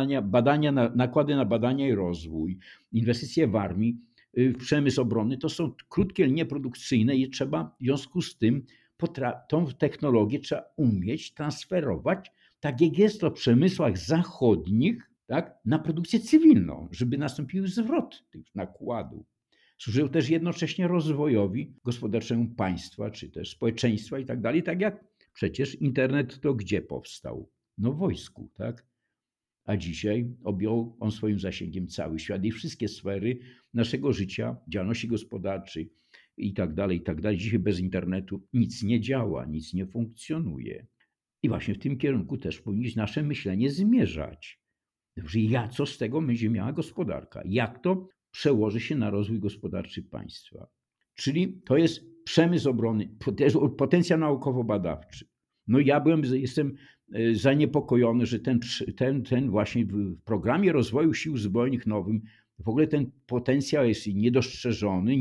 nakłady na badania i rozwój, inwestycje w armii, w przemysł obronny, to są krótkie linie produkcyjne i trzeba w związku z tym tą technologię trzeba umieć transferować, tak jak jest to w przemysłach zachodnich, tak, na produkcję cywilną, żeby nastąpił zwrot tych nakładów. Służył też jednocześnie rozwojowi gospodarczemu państwa, czy też społeczeństwa i tak dalej, tak jak przecież internet to gdzie powstał? No w wojsku, tak? A dzisiaj objął on swoim zasięgiem cały świat i wszystkie sfery naszego życia, działalności gospodarczej i tak dalej, i tak dalej. Dzisiaj bez internetu nic nie działa, nic nie funkcjonuje. I właśnie w tym kierunku też powinno nasze myślenie zmierzać. Co z tego będzie miała gospodarka? Jak to przełoży się na rozwój gospodarczy państwa? Czyli to jest przemysł obronny, potencjał naukowo-badawczy. No ja jestem zaniepokojony, że ten właśnie w programie rozwoju sił zbrojnych nowym w ogóle ten potencjał jest niedostrzeżony,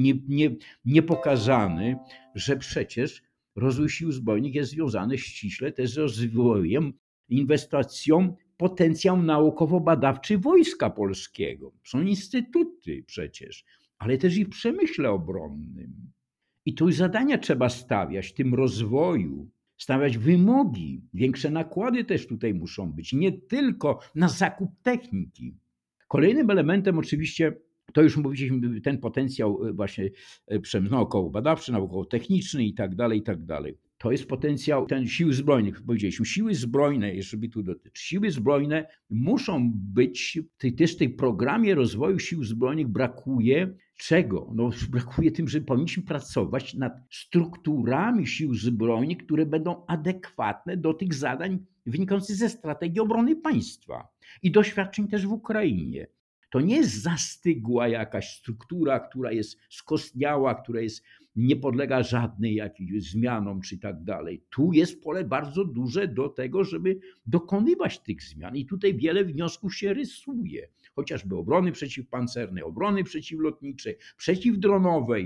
niepokazany, że przecież rozwój sił zbrojnych jest związany ściśle też z rozwojem, inwestycją, potencjał naukowo-badawczy Wojska Polskiego. Są instytuty przecież, ale też i w przemyśle obronnym. I tu zadania trzeba stawiać w tym rozwoju, stawiać wymogi. Większe nakłady też tutaj muszą być, nie tylko na zakup techniki. Kolejnym elementem oczywiście, to już mówiliśmy, ten potencjał właśnie przemysł naukowo-badawczy, naukowo-techniczny i tak dalej, i tak dalej. To jest potencjał sił zbrojnych. Powiedzieliśmy, siły zbrojne, jeżeli tu dotyczy. Siły zbrojne muszą być, też w tym programie rozwoju sił zbrojnych brakuje czego? No, brakuje tym, że powinniśmy pracować nad strukturami sił zbrojnych, które będą adekwatne do tych zadań wynikających ze strategii obrony państwa i doświadczeń też w Ukrainie. To nie jest zastygła jakaś struktura, która jest skostniała, która nie podlega żadnej jakiejś zmianom czy tak dalej. Tu jest pole bardzo duże do tego, żeby dokonywać tych zmian i tutaj wiele wniosków się rysuje. Chociażby obrony przeciwpancernej, obrony przeciwlotniczej, przeciwdronowej,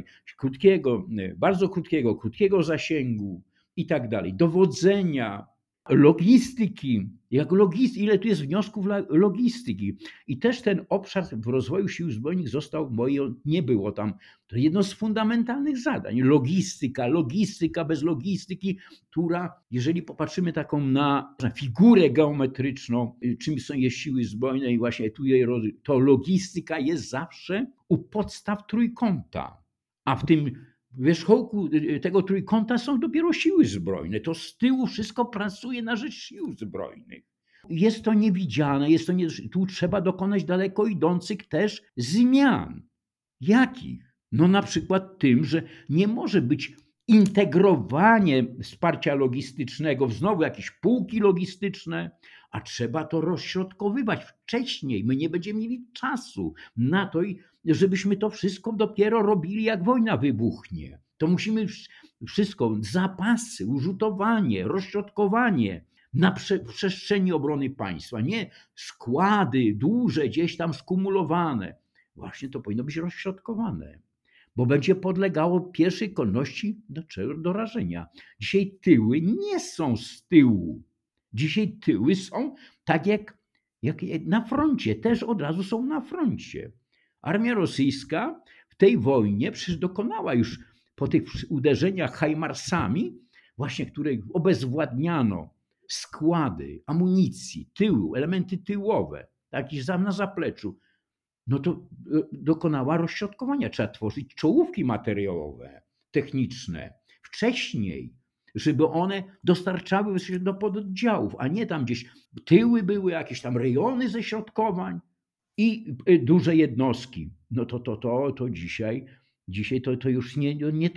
bardzo krótkiego zasięgu i tak dalej. Dowodzenia, logistyki, ile tu jest wniosków logistyki. I też ten obszar w rozwoju sił zbrojnych nie było tam. To jedno z fundamentalnych zadań. Logistyka bez logistyki, która, jeżeli popatrzymy taką na figurę geometryczną, czym są siły zbrojne i właśnie to logistyka jest zawsze u podstaw trójkąta. A w tym wierzchołku tego trójkąta są dopiero siły zbrojne. To z tyłu wszystko pracuje na rzecz sił zbrojnych. Jest to niewidziane, tu trzeba dokonać daleko idących też zmian. Jakich? No na przykład tym, że nie może być integrowanie wsparcia logistycznego w znowu jakieś pułki logistyczne, a trzeba to rozśrodkowywać wcześniej. My nie będziemy mieli czasu na to, żebyśmy to wszystko dopiero robili, jak wojna wybuchnie. To musimy wszystko, zapasy, użytowanie, rozśrodkowanie na przestrzeni obrony państwa, nie składy duże, gdzieś tam skumulowane. Właśnie to powinno być rozśrodkowane, bo będzie podlegało w pierwszej kolejności do rażenia. Dzisiaj tyły nie są z tyłu. Dzisiaj tyły są tak jak na froncie, też od razu są na froncie. Armia rosyjska w tej wojnie przecież dokonała już po tych uderzeniach hajmarsami, właśnie której obezwładniano składy, amunicji, tyłu, elementy tyłowe, jakieś na zapleczu, no to dokonała rozśrodkowania. Trzeba tworzyć czołówki materiałowe, techniczne wcześniej, żeby one dostarczały do pododdziałów, a nie tam gdzieś tyły były, jakieś tam rejony ześrodkowań i duże jednostki. No to dzisiaj to już nie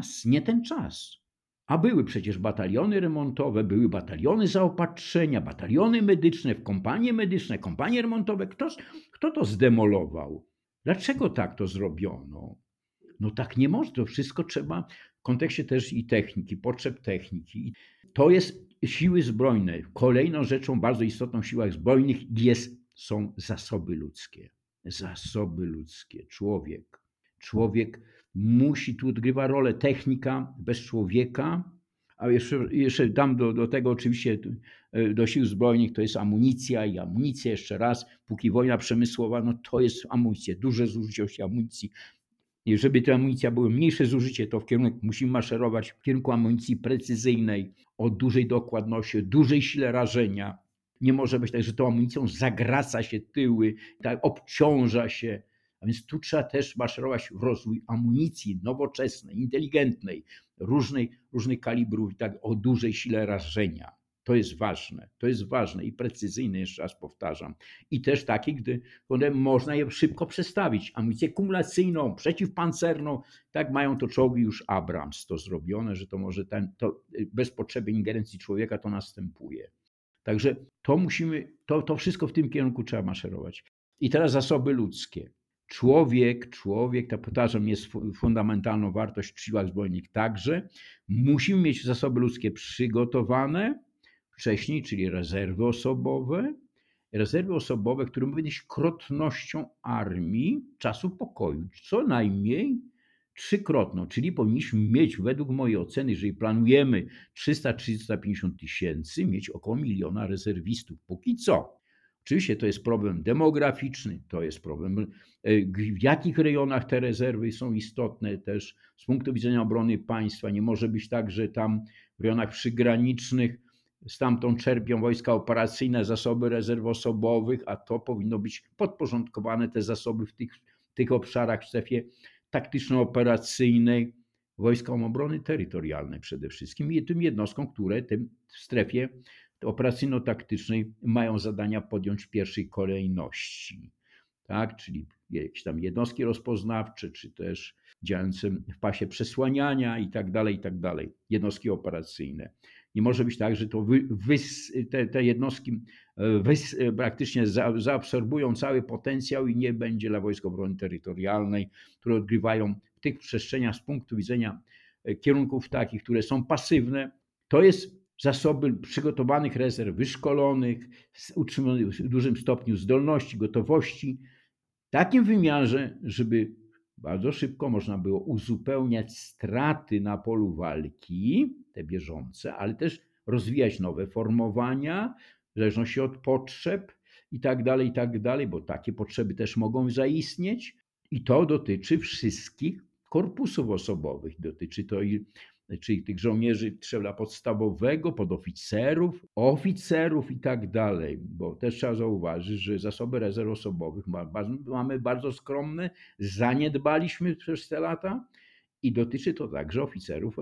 ten czas. A były przecież bataliony remontowe, były bataliony zaopatrzenia, bataliony medyczne, kompanie medyczne, kompanie remontowe. Kto to zdemolował? Dlaczego tak to zrobiono? No tak nie można, to wszystko trzeba w kontekście też i techniki, potrzeb techniki. To jest siły zbrojne. Kolejną rzeczą bardzo istotną w siłach zbrojnych są zasoby ludzkie. Zasoby ludzkie. Człowiek musi tu odgrywa rolę technika bez człowieka, a jeszcze dam do tego oczywiście do sił zbrojnych to jest amunicja i amunicja jeszcze raz, póki wojna przemysłowa, no to jest amunicja, duże zużycie amunicji. I żeby ta amunicja była mniejsze zużycie, to musimy maszerować w kierunku amunicji precyzyjnej, o dużej dokładności, o dużej sile rażenia. Nie może być tak, że tą amunicją zagraca się tyły, tak obciąża się. A więc tu trzeba też maszerować w rozwój amunicji nowoczesnej, inteligentnej, różnych kalibrów i tak o dużej sile rażenia. To jest ważne i precyzyjne, jeszcze raz powtarzam. I też takie, które można je szybko przestawić. Amunicję kumulacyjną, przeciwpancerną, tak mają to czołgi już Abrams to zrobione, że to może to bez potrzeby ingerencji człowieka to następuje. Także to wszystko w tym kierunku trzeba maszerować. I teraz zasoby ludzkie. Człowiek, tak powtarzam, jest fundamentalną wartość w siłach zbrojnych także. Musimy mieć zasoby ludzkie przygotowane wcześniej, czyli rezerwy osobowe, które powinny być krotnością armii czasu pokoju, co najmniej trzykrotną, czyli powinniśmy mieć według mojej oceny, jeżeli planujemy 300-350 tysięcy, mieć około 1 miliona rezerwistów póki co. Oczywiście to jest problem demograficzny, to jest problem, w jakich rejonach te rezerwy są istotne też z punktu widzenia obrony państwa. Nie może być tak, że tam w rejonach przygranicznych stamtąd czerpią wojska operacyjne zasoby rezerw osobowych, a to powinno być podporządkowane, te zasoby w tych obszarach w strefie taktyczno-operacyjnej wojskom obrony terytorialnej przede wszystkim i tym jednostkom, które w strefie operacyjno-taktycznej mają zadania podjąć w pierwszej kolejności. Tak? Czyli jakieś tam jednostki rozpoznawcze, czy też działające w pasie przesłaniania i tak dalej, jednostki operacyjne. Nie może być tak, że te jednostki praktycznie zaabsorbują cały potencjał i nie będzie dla Wojsk Obrony Terytorialnej, które odgrywają w tych przestrzeniach z punktu widzenia kierunków takich, które są pasywne. To jest zasoby przygotowanych rezerw, wyszkolonych, utrzymanych w dużym stopniu zdolności, gotowości, w takim wymiarze, żeby bardzo szybko można było uzupełniać straty na polu walki, te bieżące, ale też rozwijać nowe formowania, w zależności od potrzeb i tak dalej, bo takie potrzeby też mogą zaistnieć. I to dotyczy wszystkich korpusów osobowych. Dotyczy to czyli tych żołnierzy szczebla podstawowego, podoficerów, oficerów i tak dalej, bo też trzeba zauważyć, że zasoby rezerw osobowych mamy bardzo skromne, zaniedbaliśmy przez te lata i dotyczy to także oficerów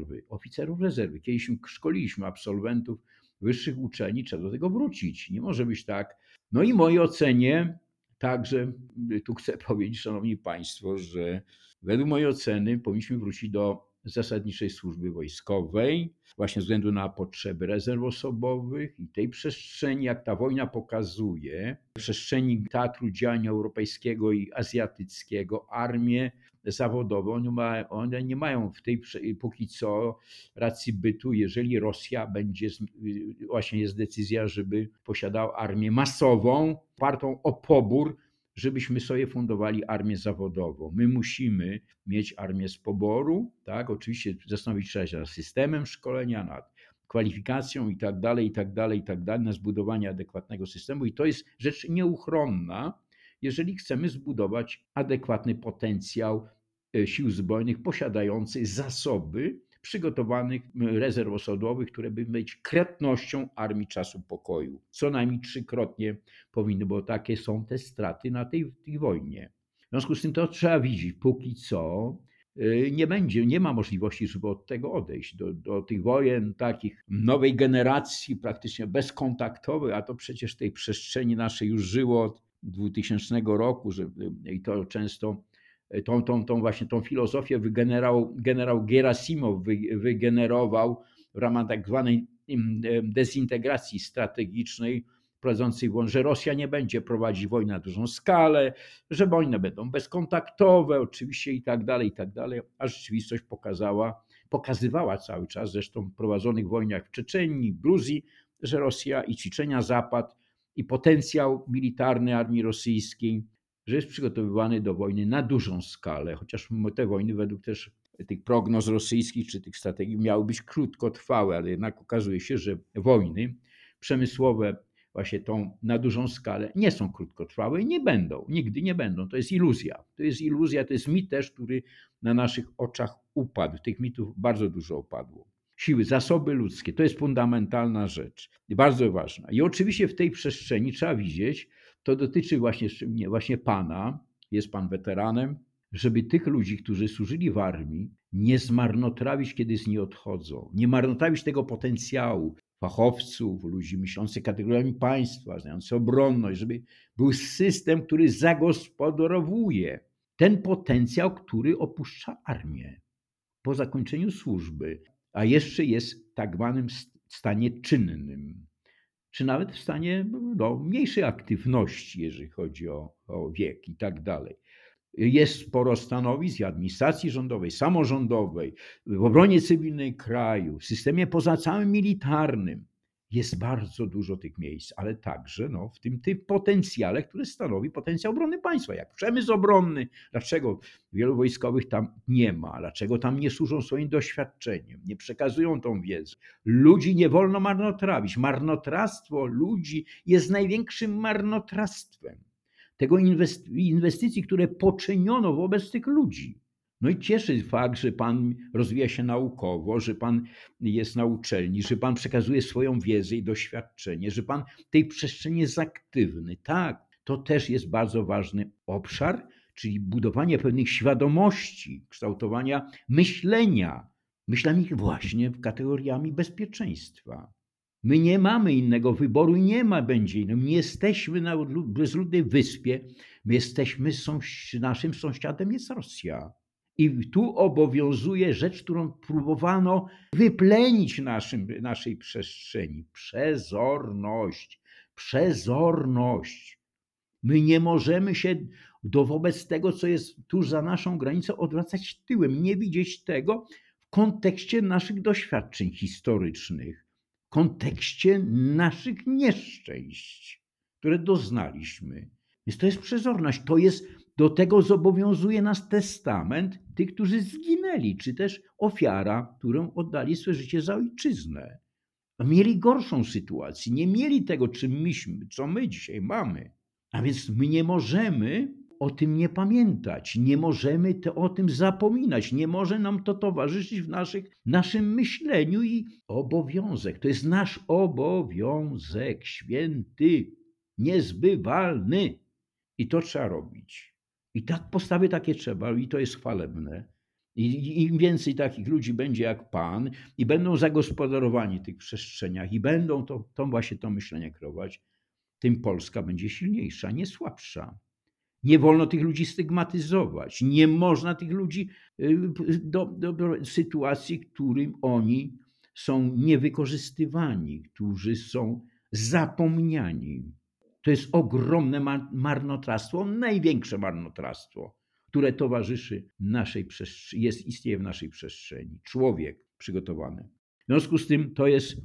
rezerwy. Kiedyś szkoliliśmy absolwentów wyższych uczelni, trzeba do tego wrócić, nie może być tak. No i w mojej ocenie także tu chcę powiedzieć, szanowni państwo, że według mojej oceny powinniśmy wrócić do zasadniczej służby wojskowej, właśnie ze względu na potrzeby rezerw osobowych i tej przestrzeni, jak ta wojna pokazuje, przestrzeni teatru działania europejskiego i azjatyckiego, armie zawodowe, one nie mają w tej póki co racji bytu, jeżeli Rosja będzie, właśnie jest decyzja, żeby posiadała armię masową, opartą o pobór, żebyśmy sobie fundowali armię zawodową. My musimy mieć armię z poboru, tak? Oczywiście zastanowić trzeba się nad systemem szkolenia, nad kwalifikacją i tak dalej, na zbudowanie adekwatnego systemu i to jest rzecz nieuchronna, jeżeli chcemy zbudować adekwatny potencjał sił zbrojnych posiadających zasoby przygotowanych rezerw osobowych, które by być krotnością armii czasu pokoju. Co najmniej 3-krotnie powinny, bo takie są te straty na tej wojnie. W związku z tym to trzeba widzieć. Póki co nie ma możliwości, żeby od tego odejść. Do tych wojen takich nowej generacji, praktycznie bezkontaktowych, a to przecież w tej przestrzeni naszej już żyło od 2000 roku, i to często tą filozofię generał Gerasimow wygenerował w ramach tak zwanej dezintegracji strategicznej prowadzącej że Rosja nie będzie prowadzić wojny na dużą skalę, że wojny będą bezkontaktowe oczywiście i tak dalej, a rzeczywistość pokazywała cały czas, zresztą w prowadzonych wojnach w Czeczenii, Gruzji, że Rosja i ćwiczenia Zapad i potencjał militarny armii rosyjskiej że jest przygotowywany do wojny na dużą skalę, chociaż te wojny według też tych prognoz rosyjskich czy tych strategii miały być krótkotrwałe, ale jednak okazuje się, że wojny przemysłowe właśnie tą na dużą skalę nie są krótkotrwałe i nie będą, nigdy nie będą. To jest iluzja. To jest iluzja, to jest mit też, który na naszych oczach upadł. Tych mitów bardzo dużo upadło. Siły, zasoby ludzkie, to jest fundamentalna rzecz, bardzo ważna. I oczywiście w tej przestrzeni trzeba widzieć, to dotyczy właśnie pana, jest pan weteranem, żeby tych ludzi, którzy służyli w armii, nie zmarnotrawić, kiedy z niej odchodzą. Nie marnotrawić tego potencjału fachowców, ludzi myślących kategoriami państwa, znających obronność, żeby był system, który zagospodarowuje ten potencjał, który opuszcza armię po zakończeniu służby, a jeszcze jest w tak zwanym stanie czynnym, czy nawet w stanie mniejszej aktywności, jeżeli chodzi o wiek i tak dalej. Jest sporo stanowisk i administracji rządowej, samorządowej, w obronie cywilnej kraju, w systemie poza całym militarnym. Jest bardzo dużo tych miejsc, ale także w tym potencjale, który stanowi potencjał obrony państwa, jak przemysł obronny. Dlaczego wielu wojskowych tam nie ma? Dlaczego tam nie służą swoim doświadczeniem? Nie przekazują tą wiedzę. Ludzi nie wolno marnotrawić. Marnotrawstwo ludzi jest największym marnotrawstwem tego inwestycji, które poczyniono wobec tych ludzi. No i cieszy fakt, że pan rozwija się naukowo, że pan jest na uczelni, że pan przekazuje swoją wiedzę i doświadczenie, że pan w tej przestrzeni jest aktywny. Tak, to też jest bardzo ważny obszar, czyli budowanie pewnych świadomości, kształtowania myślenia właśnie kategoriami bezpieczeństwa. My nie mamy innego wyboru i nie będzie innego. My jesteśmy na bezludnej wyspie, naszym sąsiadem jest Rosja. I tu obowiązuje rzecz, którą próbowano wyplenić naszej przestrzeni. Przezorność. My nie możemy się wobec tego, co jest tuż za naszą granicą, odwracać tyłem, nie widzieć tego w kontekście naszych doświadczeń historycznych, w kontekście naszych nieszczęść, które doznaliśmy. Więc to jest przezorność, do tego zobowiązuje nas testament tych, którzy zginęli, czy też ofiara, którą oddali swoje życie za ojczyznę. A mieli gorszą sytuację, nie mieli tego, co my dzisiaj mamy. A więc my nie możemy o tym nie pamiętać, nie możemy o tym zapominać, nie może nam to towarzyszyć w naszym myśleniu i obowiązek. To jest nasz obowiązek święty, niezbywalny i to trzeba robić. I tak postawy takie trzeba i to jest chwalebne. I im więcej takich ludzi będzie jak pan i będą zagospodarowani w tych przestrzeniach i będą to myślenie kreować, tym Polska będzie silniejsza, nie słabsza. Nie wolno tych ludzi stygmatyzować. Nie można tych ludzi do sytuacji, w którym oni są niewykorzystywani, którzy są zapomniani. To jest ogromne marnotrawstwo, największe marnotrawstwo, które towarzyszy istnieje w naszej przestrzeni. Człowiek przygotowany. W związku z tym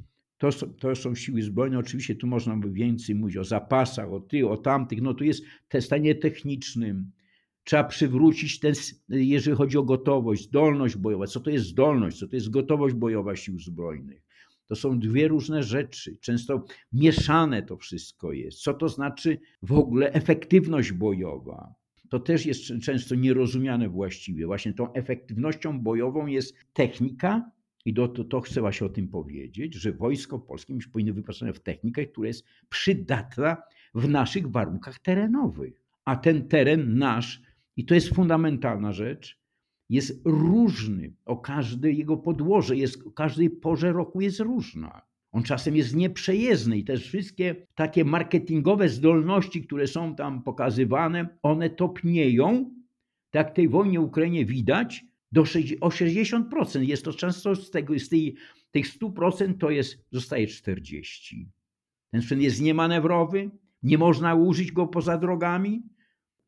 to są siły zbrojne. Oczywiście tu można by więcej mówić o zapasach, o tamtych. To jest w stanie technicznym. Trzeba przywrócić jeżeli chodzi o gotowość, zdolność bojowa. Co to jest zdolność? Co to jest gotowość bojowa sił zbrojnych? To są dwie różne rzeczy. Często mieszane to wszystko jest. Co to znaczy w ogóle efektywność bojowa? To też jest często nierozumiane właściwie. Właśnie tą efektywnością bojową jest technika i to chcę właśnie o tym powiedzieć, że Wojsko Polskie już powinno wyposażone w technikę, która jest przydatna w naszych warunkach terenowych. A ten teren nasz, i to jest fundamentalna rzecz, jest różny. Każde jego podłoże o każdej porze roku jest różna. On czasem jest nieprzejezdny i też wszystkie takie marketingowe zdolności, które są tam pokazywane, one topnieją. Tak jak w tej wojnie w Ukrainie widać, o 60%. Jest to często tych 100% zostaje 40%. Ten sprzęt jest niemanewrowy, nie można użyć go poza drogami.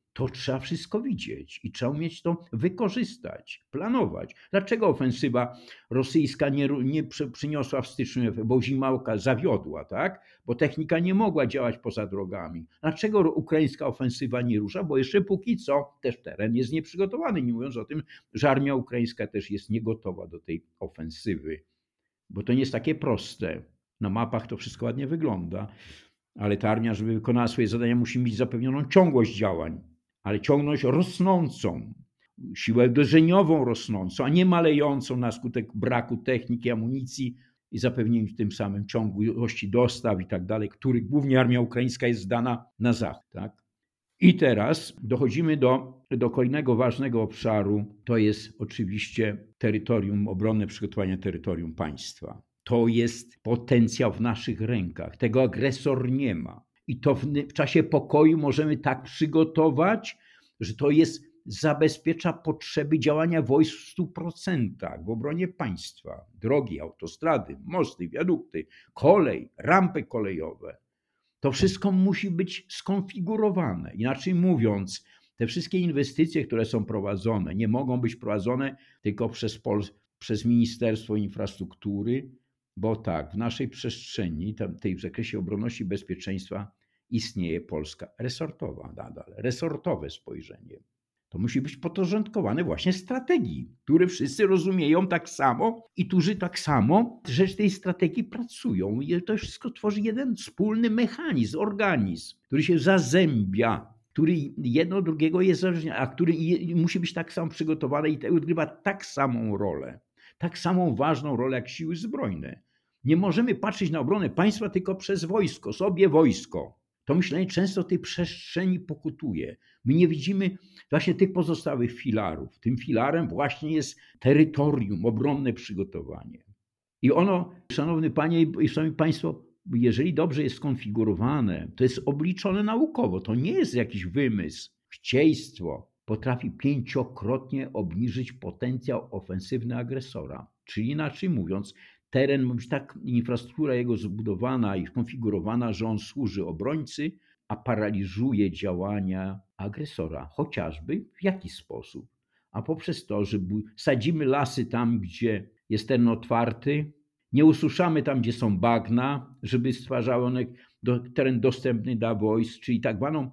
to trzeba wszystko widzieć i trzeba umieć to wykorzystać, planować. Dlaczego ofensywa rosyjska nie przyniosła w styczniu, bo zimałka zawiodła, tak? Bo technika nie mogła działać poza drogami. Dlaczego ukraińska ofensywa nie rusza? Bo jeszcze póki co też teren jest nieprzygotowany, nie mówiąc o tym, że armia ukraińska też jest niegotowa do tej ofensywy, bo to nie jest takie proste. Na mapach to wszystko ładnie wygląda, ale ta armia, żeby wykonała swoje zadania, musi mieć zapewnioną ciągłość działań, ale ciągłość rosnącą, siłę uderzeniową rosnącą, a nie malejącą na skutek braku techniki, amunicji i zapewnieniu tym samym ciągłości dostaw i tak dalej, których głównie armia ukraińska jest zdana na zachód. Tak? I teraz dochodzimy do kolejnego ważnego obszaru, to jest oczywiście terytorium, obronne przygotowanie terytorium państwa. To jest potencjał w naszych rękach. Tego agresor nie ma. I to w czasie pokoju możemy tak przygotować, że to zabezpiecza potrzeby działania wojsk w 100% w obronie państwa. Drogi, autostrady, mosty, wiadukty, kolej, rampy kolejowe. To wszystko musi być skonfigurowane. Inaczej mówiąc, te wszystkie inwestycje, które są prowadzone, nie mogą być prowadzone tylko przez Ministerstwo Infrastruktury, bo tak, w naszej przestrzeni, tej w zakresie obronności i bezpieczeństwa istnieje Polska resortowa nadal, resortowe spojrzenie. To musi być podporządkowane właśnie strategii, które wszyscy rozumieją tak samo i którzy tak samo w tej strategii pracują. I to wszystko tworzy jeden wspólny mechanizm, organizm, który się zazębia, który jedno drugiego jest zależny, a który musi być tak samo przygotowany i odgrywa tak samą rolę, tak samą ważną rolę jak siły zbrojne. Nie możemy patrzeć na obronę państwa tylko przez wojsko, sobie wojsko. To myślenie często tej przestrzeni pokutuje. My nie widzimy właśnie tych pozostałych filarów. Tym filarem właśnie jest terytorium, obronne przygotowanie. I ono, szanowny panie i szanowni państwo, jeżeli dobrze jest skonfigurowane, to jest obliczone naukowo. To nie jest jakiś wymysł, chcieństwo. Potrafi 5-krotnie obniżyć potencjał ofensywny agresora. Czyli inaczej mówiąc, teren ma być tak, infrastruktura jego zbudowana i skonfigurowana, że on służy obrońcy, a paraliżuje działania agresora. Chociażby w jaki sposób? A poprzez to, że sadzimy lasy tam, gdzie jest teren otwarty, nie ususzamy tam, gdzie są bagna, żeby stwarzały one teren dostępny dla wojsk, czyli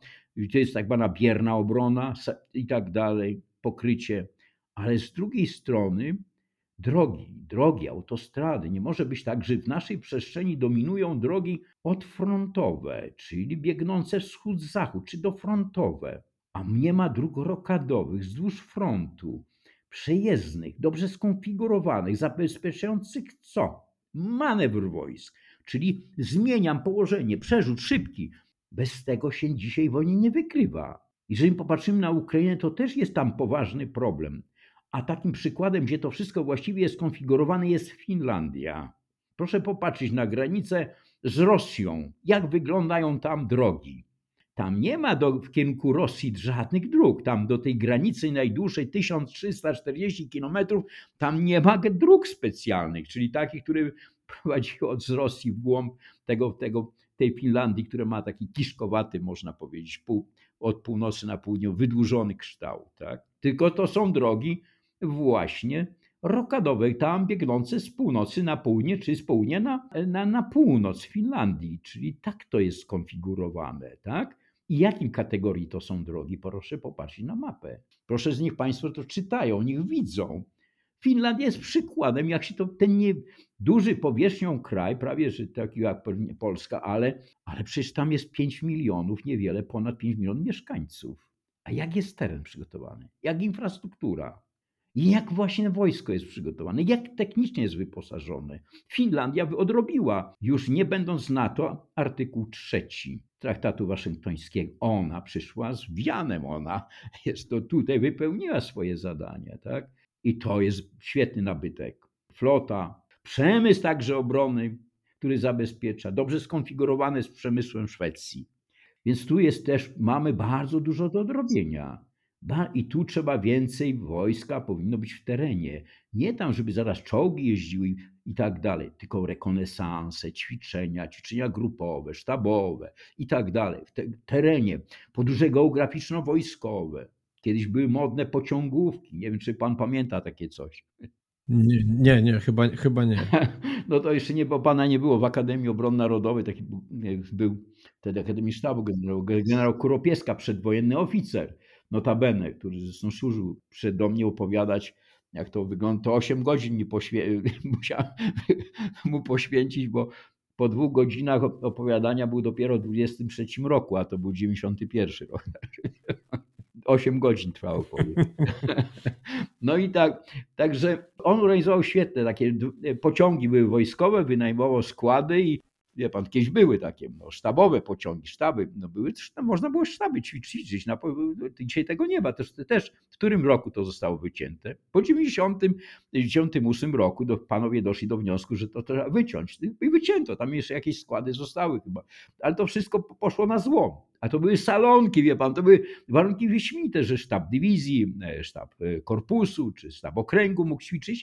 to jest tak zwana bierna obrona i tak dalej, pokrycie. Ale z drugiej strony drogi, autostrady. Nie może być tak, że w naszej przestrzeni dominują drogi odfrontowe, czyli biegnące wschód-zachód, czy dofrontowe, a nie ma dróg rokadowych wzdłuż frontu, przejezdnych, dobrze skonfigurowanych, zabezpieczających co? Manewr wojsk, czyli zmieniam położenie, przerzut szybki. Bez tego się dzisiaj wojnie nie wykrywa. Jeżeli popatrzymy na Ukrainę, to też jest tam poważny problem. A takim przykładem, gdzie to wszystko właściwie jest skonfigurowane, jest Finlandia. Proszę popatrzeć na granicę z Rosją. Jak wyglądają tam drogi? Tam nie ma w kierunku Rosji żadnych dróg. Tam do tej granicy najdłuższej 1340 km, tam nie ma dróg specjalnych, czyli takich, które prowadziły z Rosji w głąb tej Finlandii, która ma taki kiszkowaty, można powiedzieć, od północy na południe, wydłużony kształt. Tak? Tylko to są drogi właśnie rokadowe, tam biegnące z północy na południe, czy z południa na północ Finlandii, czyli tak to jest skonfigurowane, tak? I jakiej kategorii to są drogi? Proszę popatrzeć na mapę. Proszę z nich państwo to czytają, niech widzą. Finlandia jest przykładem, jak się ten duży powierzchnią kraj, prawie że taki jak Polska, ale przecież tam jest 5 milionów, niewiele, ponad 5 milionów mieszkańców. A jak jest teren przygotowany? Jak infrastruktura? I jak właśnie wojsko jest przygotowane? Jak technicznie jest wyposażone? Finlandia odrobiła, już nie będąc NATO, artykuł 3 Traktatu Waszyngtońskiego. Ona przyszła z wianem, ona jest to tutaj, wypełniła swoje zadania, tak? I to jest świetny nabytek. Flota, przemysł także obrony, który zabezpiecza, dobrze skonfigurowany z przemysłem Szwecji. Więc tu jest też, mamy bardzo dużo do odrobienia. I tu trzeba więcej wojska, powinno być w terenie. Nie tam, żeby zaraz czołgi jeździły i tak dalej, tylko rekonesanse, ćwiczenia grupowe, sztabowe i tak dalej. W terenie, podróże geograficzno-wojskowe. Kiedyś były modne pociągówki. Nie wiem, czy pan pamięta takie coś. Nie, chyba nie. No to jeszcze nie, bo pana nie było w Akademii Obrony Narodowej, taki był wtedy Akademii Sztabu generał Kuropieska, przedwojenny oficer, notabene, który zresztą służył, przyszedł do mnie opowiadać, jak to wygląda. To 8 godzin musiałem mu poświęcić, bo po 2 godzinach opowiadania był dopiero w 23 roku, a to był 91 rok. 8 godzin trwało, powiem. No i także on organizował świetne takie pociągi, były wojskowe, wynajmował składy i wie pan, kiedyś były takie sztabowe pociągi, sztaby, były, można było sztaby ćwiczyć. Dzisiaj tego nie ma. Też w którym roku to zostało wycięte? Po 98 roku panowie doszli do wniosku, że to trzeba wyciąć. I wycięto. Tam jeszcze jakieś składy zostały chyba. Ale to wszystko poszło na zło. A to były salonki, wie pan, to były warunki wyśmienite, że sztab dywizji, sztab korpusu czy sztab okręgu mógł ćwiczyć.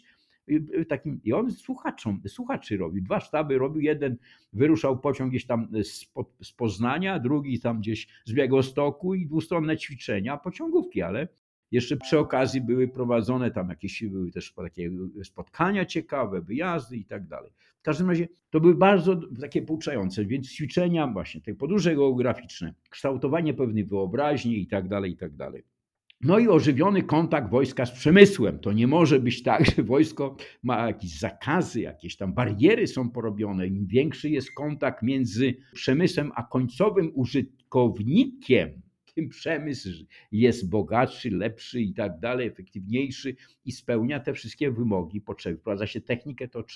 I on słuchaczy robił. 2 sztaby robił. Jeden wyruszał pociąg gdzieś tam z Poznania, drugi tam gdzieś z Białegostoku i dwustronne ćwiczenia, pociągówki, ale jeszcze przy okazji były prowadzone tam były też takie spotkania ciekawe, wyjazdy i tak dalej. W każdym razie to były bardzo takie pouczające, więc ćwiczenia właśnie, te podróże geograficzne, kształtowanie pewnej wyobraźni i tak dalej, i tak dalej. No i ożywiony kontakt wojska z przemysłem. To nie może być tak, że wojsko ma jakieś zakazy, jakieś tam bariery są porobione. Im większy jest kontakt między przemysłem a końcowym użytkownikiem, tym przemysł jest bogatszy, lepszy i tak dalej, efektywniejszy i spełnia te wszystkie wymogi, potrzeby. Wprowadza się technikę, to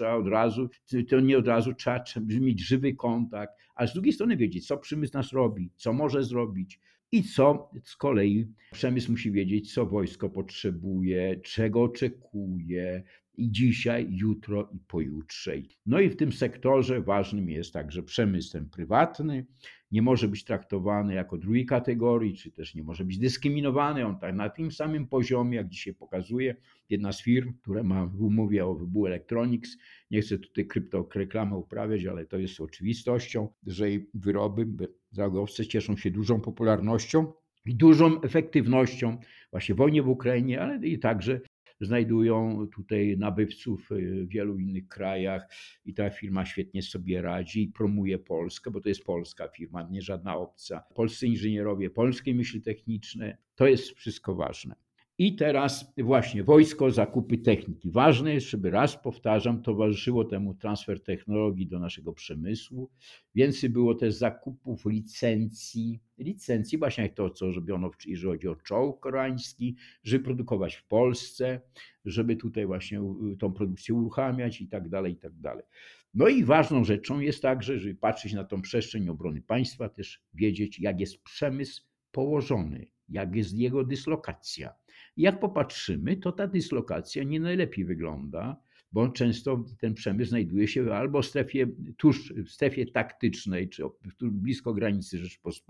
nie od razu trzeba mieć żywy kontakt, ale z drugiej strony wiedzieć, co przemysł nas robi, co może zrobić i co z kolei przemysł musi wiedzieć, co wojsko potrzebuje, czego oczekuje i dzisiaj, jutro i pojutrze. No i w tym sektorze ważnym jest także przemysł ten prywatny, nie może być traktowany jako drugiej kategorii, czy też nie może być dyskryminowany. On tak na tym samym poziomie, jak dzisiaj pokazuje jedna z firm, która ma w umowie o wybuchu Electronics, nie chcę tutaj kryptoreklamy uprawiać, ale to jest oczywistością, że jej wyroby załogowce cieszą się dużą popularnością i dużą efektywnością właśnie w wojnie w Ukrainie, ale i także znajdują tutaj nabywców w wielu innych krajach i ta firma świetnie sobie radzi i promuje Polskę, bo to jest polska firma, nie żadna obca. Polscy inżynierowie, polskie myśli techniczne, to jest wszystko ważne. I teraz właśnie wojsko, zakupy techniki. Ważne jest, żeby, raz powtarzam, towarzyszyło temu transfer technologii do naszego przemysłu. Więcej było też zakupów licencji właśnie jak to, co robiono, jeżeli chodzi o czołg koreański, żeby produkować w Polsce, żeby tutaj właśnie tą produkcję uruchamiać i tak dalej, i tak dalej. No i ważną rzeczą jest także, żeby patrzeć na tą przestrzeń obrony państwa, też wiedzieć, jak jest przemysł położony, jak jest jego dyslokacja. Jak popatrzymy, to ta dyslokacja nie najlepiej wygląda, bo często ten przemysł znajduje się albo w strefie taktycznej, czy blisko granicy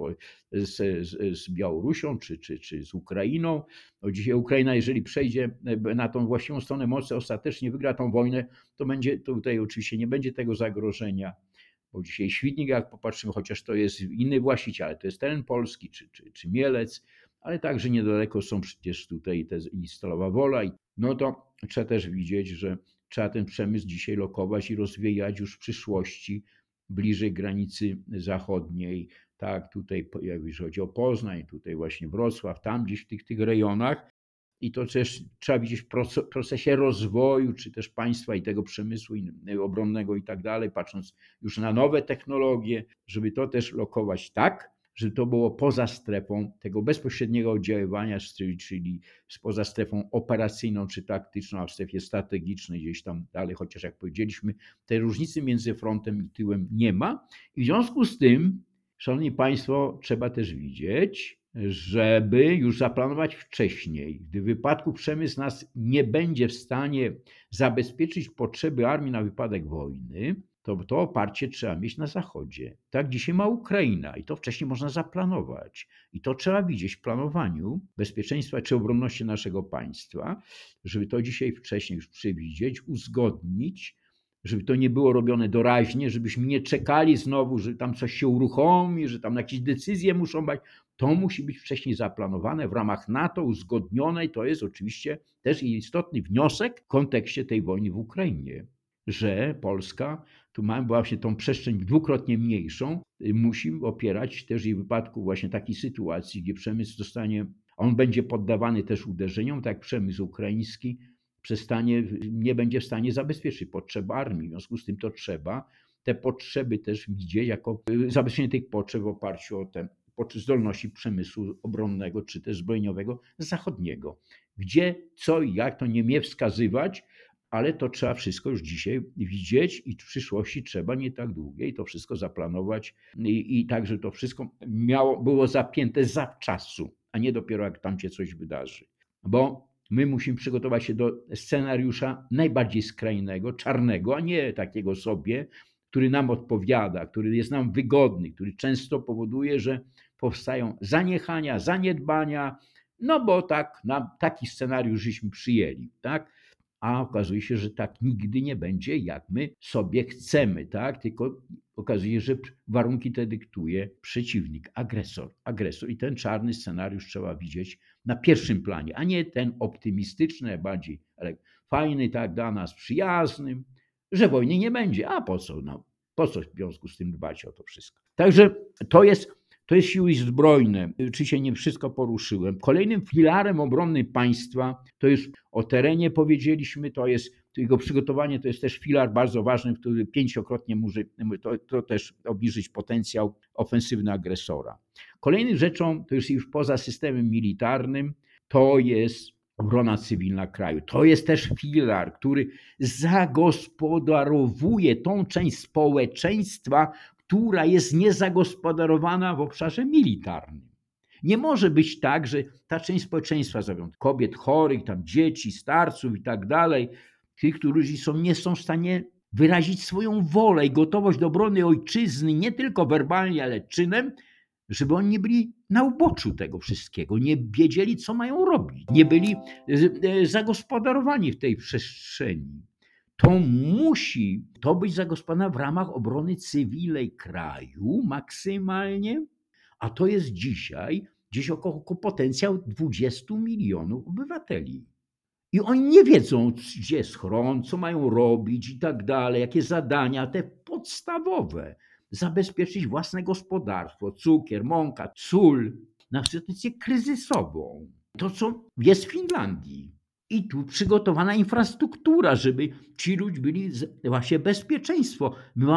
z Białorusią, czy z Ukrainą. No dzisiaj Ukraina, jeżeli przejdzie na tą właściwą stronę mocy, ostatecznie wygra tą wojnę, to tutaj oczywiście nie będzie tego zagrożenia. Bo dzisiaj Świdnik, jak popatrzymy, chociaż to jest inny właściciel, ale to jest teren polski, czy Mielec, ale także niedaleko są przecież tutaj i Stalowa Wola. No to trzeba też widzieć, że trzeba ten przemysł dzisiaj lokować i rozwijać już w przyszłości bliżej granicy zachodniej. Tak, tutaj jeżeli chodzi o Poznań, tutaj właśnie Wrocław, tam gdzieś w tych rejonach. I to też trzeba widzieć w procesie rozwoju, czy też państwa i tego przemysłu obronnego i tak dalej, patrząc już na nowe technologie, żeby to też lokować tak, żeby to było poza strefą tego bezpośredniego oddziaływania, czyli poza strefą operacyjną czy taktyczną, a w strefie strategicznej gdzieś tam dalej, chociaż jak powiedzieliśmy, tej różnicy między frontem i tyłem nie ma. I w związku z tym, szanowni państwo, trzeba też widzieć, żeby już zaplanować wcześniej. Gdy w wypadku przemysł nas nie będzie w stanie zabezpieczyć potrzeby armii na wypadek wojny, to oparcie trzeba mieć na Zachodzie. Tak dzisiaj ma Ukraina i to wcześniej można zaplanować. I to trzeba widzieć w planowaniu bezpieczeństwa czy obronności naszego państwa, żeby to dzisiaj wcześniej już przewidzieć, uzgodnić, żeby to nie było robione doraźnie, żebyśmy nie czekali znowu, że tam coś się uruchomi, że tam jakieś decyzje muszą być. To musi być wcześniej zaplanowane w ramach NATO, uzgodnione i to jest oczywiście też istotny wniosek w kontekście tej wojny w Ukrainie, że Polska, tu mamy właśnie tą przestrzeń dwukrotnie mniejszą, musi opierać też i w wypadku właśnie takiej sytuacji, gdzie przemysł on będzie poddawany też uderzeniom, tak jak przemysł ukraiński, nie będzie w stanie zabezpieczyć potrzeb armii. W związku z tym to trzeba te potrzeby też widzieć jako zabezpieczenie tych potrzeb w oparciu o te zdolności przemysłu obronnego czy też zbrojeniowego zachodniego. Gdzie, co i jak, to nie mnie wskazywać, ale to trzeba wszystko już dzisiaj widzieć i w przyszłości trzeba nie tak długiej to wszystko zaplanować i tak, żeby to wszystko było zapięte zawczasu, a nie dopiero jak tam się coś wydarzy. Bo my musimy przygotować się do scenariusza najbardziej skrajnego, czarnego, a nie takiego sobie, który nam odpowiada, który jest nam wygodny, który często powoduje, że powstają zaniechania, zaniedbania, no bo tak, taki scenariusz żeśmy przyjęli, tak? A okazuje się, że tak nigdy nie będzie, jak my sobie chcemy, tak? Tylko okazuje się, że warunki te dyktuje przeciwnik, agresor. I ten czarny scenariusz trzeba widzieć na pierwszym planie, a nie ten optymistyczny, bardziej fajny, tak, dla nas przyjazny, że wojny nie będzie. A po co? No, po co w związku z tym dbać o to wszystko? Także to jest siły zbrojne. Oczywiście nie wszystko poruszyłem. Kolejnym filarem obronnym państwa, to już o terenie powiedzieliśmy, to jest jego przygotowanie, to jest też filar bardzo ważny, który 5-krotnie może to też obniżyć potencjał ofensywny agresora. Kolejną rzeczą, to już poza systemem militarnym, to jest obrona cywilna kraju. To jest też filar, który zagospodarowuje tą część społeczeństwa, która jest niezagospodarowana w obszarze militarnym. Nie może być tak, że ta część społeczeństwa, kobiet chorych, tam dzieci, starców i tak dalej, tych, którzy nie są w stanie wyrazić swoją wolę i gotowość do obrony ojczyzny, nie tylko werbalnie, ale czynem, żeby oni nie byli na uboczu tego wszystkiego, nie wiedzieli, co mają robić, nie byli zagospodarowani w tej przestrzeni. To musi być zagospodarowane w ramach obrony cywilnej kraju maksymalnie, a to jest dzisiaj gdzieś około potencjał 20 milionów obywateli. I oni nie wiedzą, gdzie jest schron, co mają robić i tak dalej, jakie zadania, te podstawowe. Zabezpieczyć własne gospodarstwo, cukier, mąka, sól na sytuację kryzysową. To, co jest w Finlandii. I tu przygotowana infrastruktura, żeby ci ludzie byli właśnie bezpieczeństwo.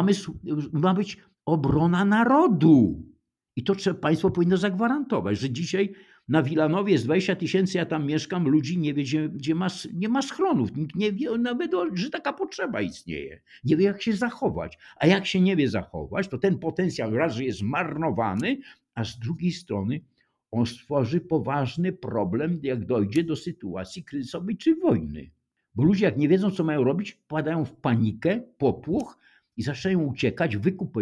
Ma być obrona narodu. I to państwo powinno zagwarantować, że dzisiaj na Wilanowie jest 20 000, ja tam mieszkam, ludzi nie wie, nie ma schronów. Nikt nie wie nawet, że taka potrzeba istnieje. Nie wie, jak się zachować. A jak się nie wie zachować, to ten potencjał raz, że jest zmarnowany, a z drugiej strony on stworzy poważny problem, jak dojdzie do sytuacji kryzysowej czy wojny. Bo ludzie, jak nie wiedzą, co mają robić, wpadają w panikę, popłoch i zaczynają uciekać,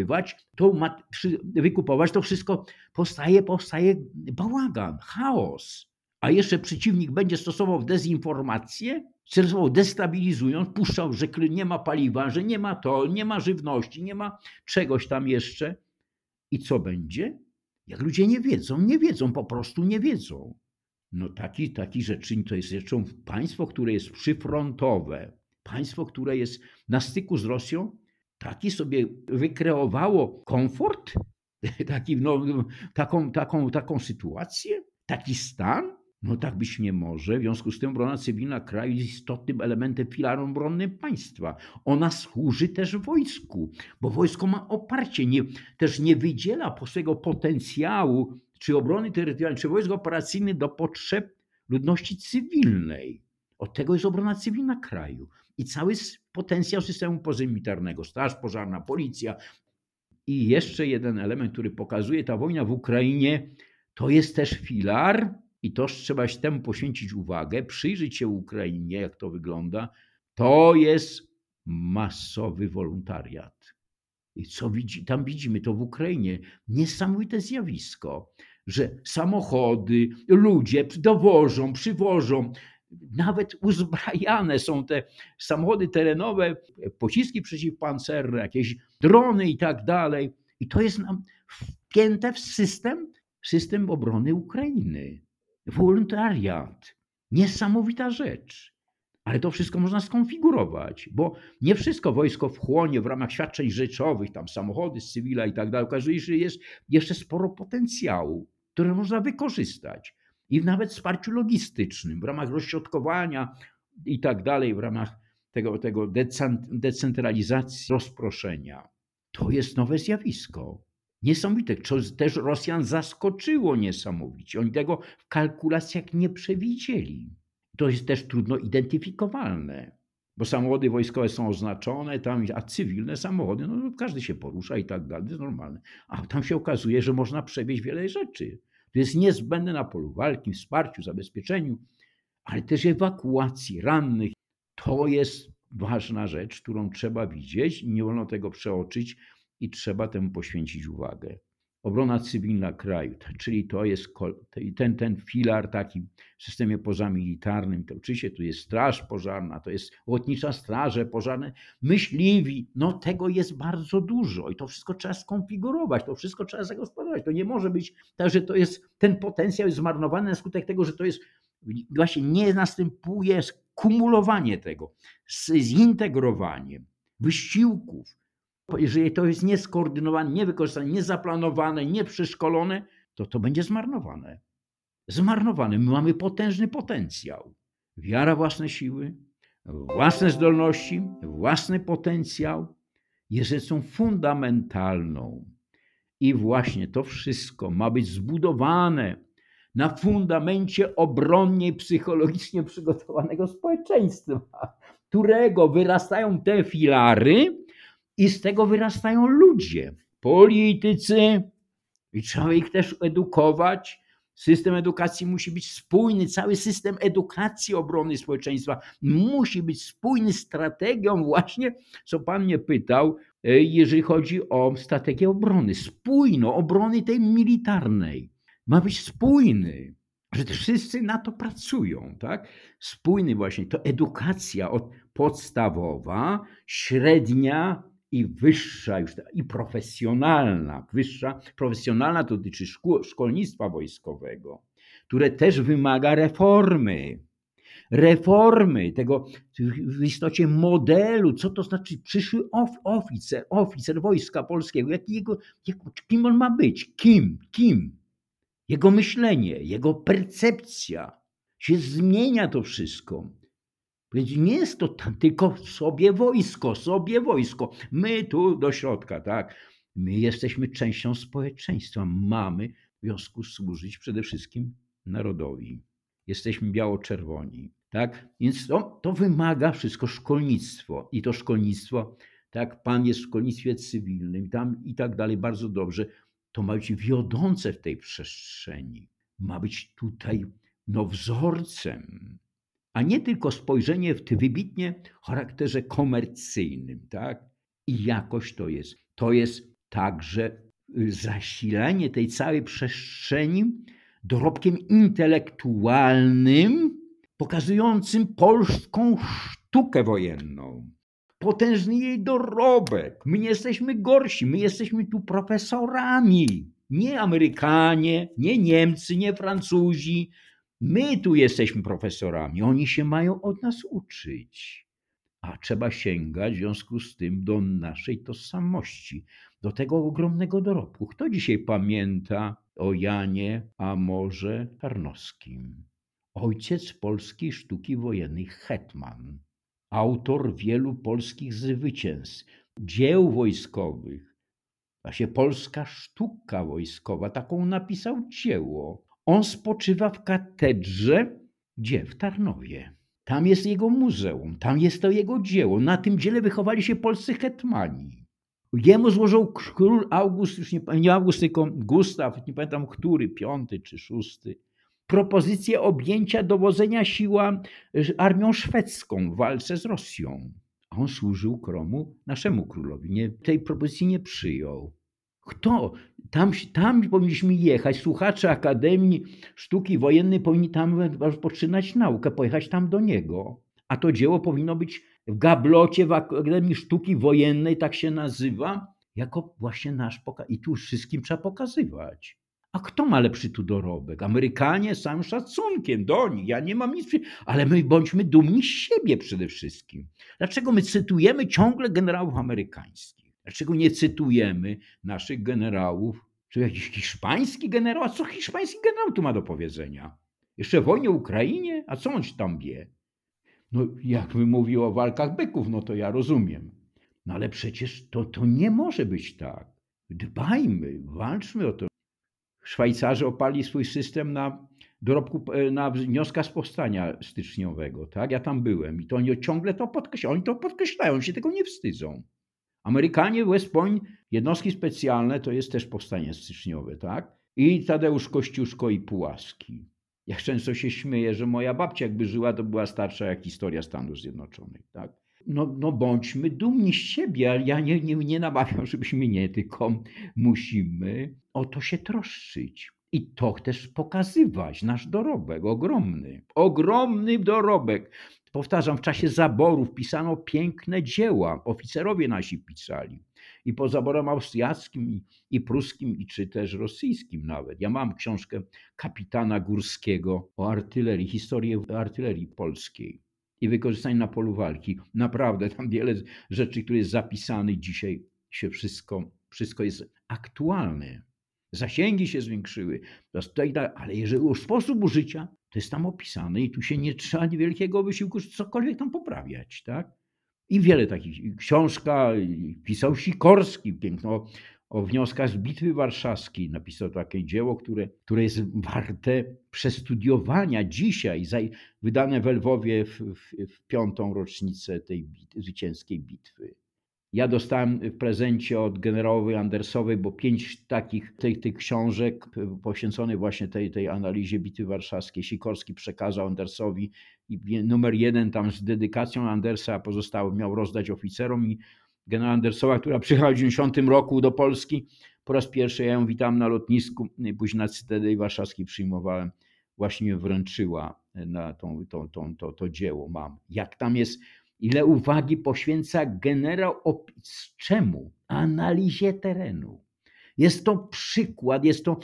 wykupować, to wszystko powstaje bałagan, chaos. A jeszcze przeciwnik będzie stosował dezinformację, destabilizując, puszczał, że nie ma paliwa, że nie ma to, nie ma żywności, nie ma czegoś tam jeszcze. I co będzie? Jak ludzie nie wiedzą, po prostu nie wiedzą. No taki rzeczy to jest rzeczą państwo, które jest przyfrontowe, państwo, które jest na styku z Rosją, taki sobie wykreowało komfort, taką sytuację, taki stan. No tak być nie może. W związku z tym obrona cywilna kraju jest istotnym elementem filarem obronnym państwa. Ona służy też wojsku, bo wojsko ma oparcie, też nie wydziela swojego potencjału czy obrony terytorialnej, czy wojsk operacyjnych do potrzeb ludności cywilnej. Od tego jest obrona cywilna kraju. I cały potencjał systemu pozamilitarnego, straż pożarna, policja. I jeszcze jeden element, który pokazuje ta wojna w Ukrainie, to jest też filar, i to trzeba się temu poświęcić uwagę, przyjrzeć się Ukrainie, jak to wygląda. To jest masowy wolontariat. I tam widzimy to w Ukrainie. Niesamowite zjawisko, że samochody, ludzie dowożą, przywożą, nawet uzbrajane są te samochody terenowe, pociski przeciwpancerne, jakieś drony i tak dalej. I to jest nam wpięte w system obrony Ukrainy. Wolontariat. Niesamowita rzecz. Ale to wszystko można skonfigurować, bo nie wszystko wojsko wchłonie w ramach świadczeń rzeczowych, tam samochody z cywila i tak dalej. Okazuje się, że jest jeszcze sporo potencjału, który można wykorzystać. I nawet wsparciu logistycznym, w ramach rozśrodkowania i tak dalej, w ramach tego decentralizacji, rozproszenia. To jest nowe zjawisko. Niesamowite, co też Rosjan zaskoczyło niesamowicie. Oni tego w kalkulacjach nie przewidzieli. To jest też trudno identyfikowalne, bo samochody wojskowe są oznaczone, a cywilne samochody, no każdy się porusza i tak dalej, to jest normalne. A tam się okazuje, że można przewieźć wiele rzeczy. To jest niezbędne na polu walki, wsparciu, zabezpieczeniu, ale też ewakuacji rannych. To jest ważna rzecz, którą trzeba widzieć i nie wolno tego przeoczyć i trzeba temu poświęcić uwagę. Obrona cywilna kraju, czyli to jest ten filar taki w systemie pozamilitarnym. To oczywiście tu jest straż pożarna, to jest ochotnicza straże pożarne, myśliwi. No tego jest bardzo dużo i to wszystko trzeba skonfigurować, to wszystko trzeba zagospodarować. To nie może być tak, że to jest, ten potencjał jest zmarnowany na skutek tego, że to jest właśnie nie następuje skumulowanie tego, zintegrowanie wysiłków. Jeżeli to jest nieskoordynowane, niewykorzystane, niezaplanowane, nieprzeszkolone, to będzie zmarnowane. Zmarnowane. My mamy potężny potencjał. Wiara w własne siły, własne zdolności, własny potencjał jest rzeczą fundamentalną. I właśnie to wszystko ma być zbudowane na fundamencie obronnie i psychologicznie przygotowanego społeczeństwa, którego wyrastają te filary, i z tego wyrastają ludzie, politycy i trzeba ich też edukować. System edukacji musi być spójny, cały system edukacji obrony społeczeństwa musi być spójny z strategią właśnie, co pan mnie pytał, jeżeli chodzi o strategię obrony. Spójną, obrony tej militarnej. Ma być spójny, że wszyscy na to pracują, tak? Spójny właśnie, to edukacja podstawowa, średnia, i wyższa już, i profesjonalna. Profesjonalna to dotyczy szkolnictwa wojskowego, które też wymaga reformy tego w istocie modelu, co to znaczy przyszły oficer wojska polskiego, kim on ma być, kim, jego myślenie, jego percepcja, się zmienia to wszystko. Więc nie jest to tylko sobie wojsko. My tu do środka, tak? My jesteśmy częścią społeczeństwa. Mamy w związku służyć przede wszystkim narodowi. Jesteśmy biało-czerwoni, tak? Więc to wymaga wszystko szkolnictwo. I to szkolnictwo, tak? Pan jest w szkolnictwie cywilnym tam i tak dalej, bardzo dobrze. To ma być wiodące w tej przestrzeni. Ma być tutaj wzorcem. A nie tylko spojrzenie w wybitnie charakterze komercyjnym, tak? I jakoś to jest. To jest także zasilenie tej całej przestrzeni dorobkiem intelektualnym, pokazującym polską sztukę wojenną. Potężny jej dorobek. My nie jesteśmy gorsi, my jesteśmy tu profesorami. Nie Amerykanie, nie Niemcy, nie Francuzi. My tu jesteśmy profesorami, oni się mają od nas uczyć, a trzeba sięgać w związku z tym do naszej tożsamości, do tego ogromnego dorobku. Kto dzisiaj pamięta o Janie Amorze Tarnowskim? Ojciec polskiej sztuki wojennej, hetman, autor wielu polskich zwycięstw, dzieł wojskowych. Właśnie polska sztuka wojskowa, taką napisał dzieło. On spoczywa w katedrze, gdzie? W Tarnowie. Tam jest jego muzeum, tam jest to jego dzieło. Na tym dziele wychowali się polscy hetmani. Jemu złożył król August, już nie August, tylko Gustaw, nie pamiętam który, 5 czy 6, propozycję objęcia dowodzenia armią szwedzką w walce z Rosją. A on służył Kromu naszemu królowi. Tej propozycji nie przyjął. Kto? Tam powinniśmy jechać. Słuchacze Akademii Sztuki Wojennej powinni tam poczynać naukę, pojechać tam do niego. A to dzieło powinno być w gablocie w Akademii Sztuki Wojennej, tak się nazywa, jako właśnie nasz i tu wszystkim trzeba pokazywać. A kto ma lepszy tu dorobek? Amerykanie z całym szacunkiem do nich. Ja nie mam nic, ale my bądźmy dumni z siebie przede wszystkim. Dlaczego my cytujemy ciągle generałów amerykańskich? Dlaczego nie cytujemy naszych generałów? Czy jakiś hiszpański generał? A co hiszpański generał tu ma do powiedzenia? Jeszcze w wojnie w Ukrainie? A co on tam wie? No jakby mówił o walkach byków, no to ja rozumiem. No ale przecież to nie może być tak. Dbajmy, walczmy o to. Szwajcarzy oparli swój system na wnioskach z powstania styczniowego. Tak? Ja tam byłem i to oni ciągle to podkreślają. Oni to podkreślają, oni się tego nie wstydzą. Amerykanie, West Point, jednostki specjalne to jest też powstanie styczniowe. Tak? I Tadeusz Kościuszko i Pułaski. Ja często się śmieję, że moja babcia jakby żyła, to była starsza jak historia Stanów Zjednoczonych. Tak? No bądźmy dumni z siebie, ale ja nie namawiam, żebyśmy nie, tylko musimy o to się troszczyć. I to też pokazywać, nasz dorobek, ogromny dorobek. Powtarzam, w czasie zaborów pisano piękne dzieła, oficerowie nasi pisali. I po zaborem austriackim, i pruskim, i czy też rosyjskim nawet. Ja mam książkę kapitana Górskiego o artylerii, historię artylerii polskiej i wykorzystanie na polu walki. Naprawdę tam wiele rzeczy, które jest zapisane dzisiaj się wszystko jest aktualne. Zasięgi się zwiększyły, ale jeżeli o sposób użycia, to jest tam opisane i tu się nie trzeba wielkiego wysiłku, żeby cokolwiek tam poprawiać, tak? I wiele takich. Książka pisał Sikorski piękno o wnioskach z Bitwy Warszawskiej. Napisał takie dzieło, które jest warte przestudiowania dzisiaj, wydane w Lwowie w 5. rocznicę tej zwycięskiej bitwy. Ja dostałem w prezencie od generałowej Andersowej, bo 5 takich tych książek poświęconych właśnie tej analizie Bitwy Warszawskiej Sikorski przekazał Andersowi i numer 1 tam z dedykacją Andersa, a pozostałe miał rozdać oficerom i generał Andersowa, która przyjechała w 90 roku do Polski, po raz pierwszy ja ją witałem na lotnisku, później na Cytadeli Warszawskiej przyjmowałem, właśnie wręczyła na to dzieło mam. Jak tam jest, ile uwagi poświęca generał czemu? Analizie terenu. Jest to przykład, jest to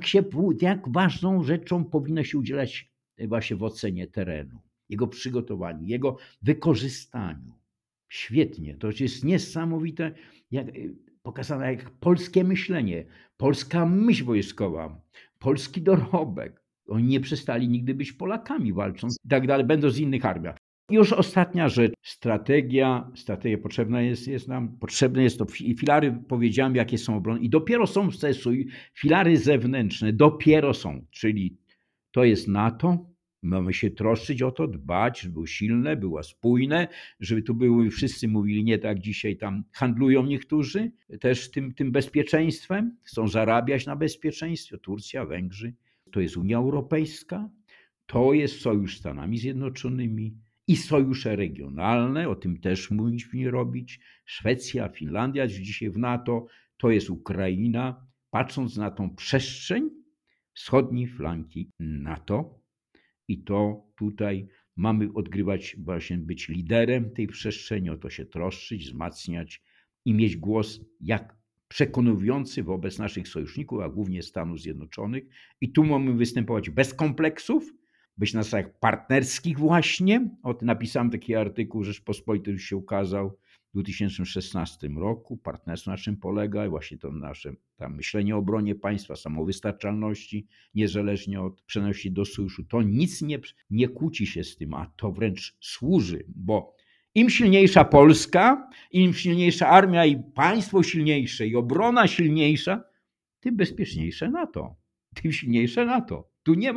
jak ważną rzeczą powinno się udzielać właśnie w ocenie terenu, jego przygotowaniu, jego wykorzystaniu. Świetnie, to jest niesamowite, pokazane jak polskie myślenie, polska myśl wojskowa, polski dorobek. Oni nie przestali nigdy być Polakami walcząc i tak dalej, będąc w innych armiach. Już ostatnia rzecz, strategia potrzebna jest nam, potrzebne jest to, filary powiedziałem jakie są obrony i dopiero są filary zewnętrzne, dopiero są, czyli to jest NATO, mamy się troszczyć o to, dbać, żeby było silne, było spójne, żeby tu były, wszyscy mówili nie tak dzisiaj tam handlują niektórzy też tym bezpieczeństwem, chcą zarabiać na bezpieczeństwie, Turcja, Węgrzy, to jest Unia Europejska, to jest sojusz z Stanami Zjednoczonymi, i sojusze regionalne, o tym też powinniśmy robić. Szwecja, Finlandia dzisiaj w NATO, to jest Ukraina. Patrząc na tą przestrzeń wschodniej flanki NATO i to tutaj mamy odgrywać, właśnie być liderem tej przestrzeni, o to się troszczyć, wzmacniać i mieć głos jak przekonujący wobec naszych sojuszników, a głównie Stanów Zjednoczonych. I tu mamy występować bez kompleksów, być na zasadach partnerskich właśnie. Napisałem taki artykuł, Rzeczpospolity już się ukazał w 2016 roku. Partnerstwo na czym polega? Właśnie to nasze myślenie o obronie państwa, samowystarczalności, niezależnie od przenosi do sojuszu. To nic nie kłóci się z tym, a to wręcz służy, bo im silniejsza Polska, im silniejsza armia i państwo silniejsze i obrona silniejsza, tym bezpieczniejsze NATO, tym silniejsze NATO. Tu nie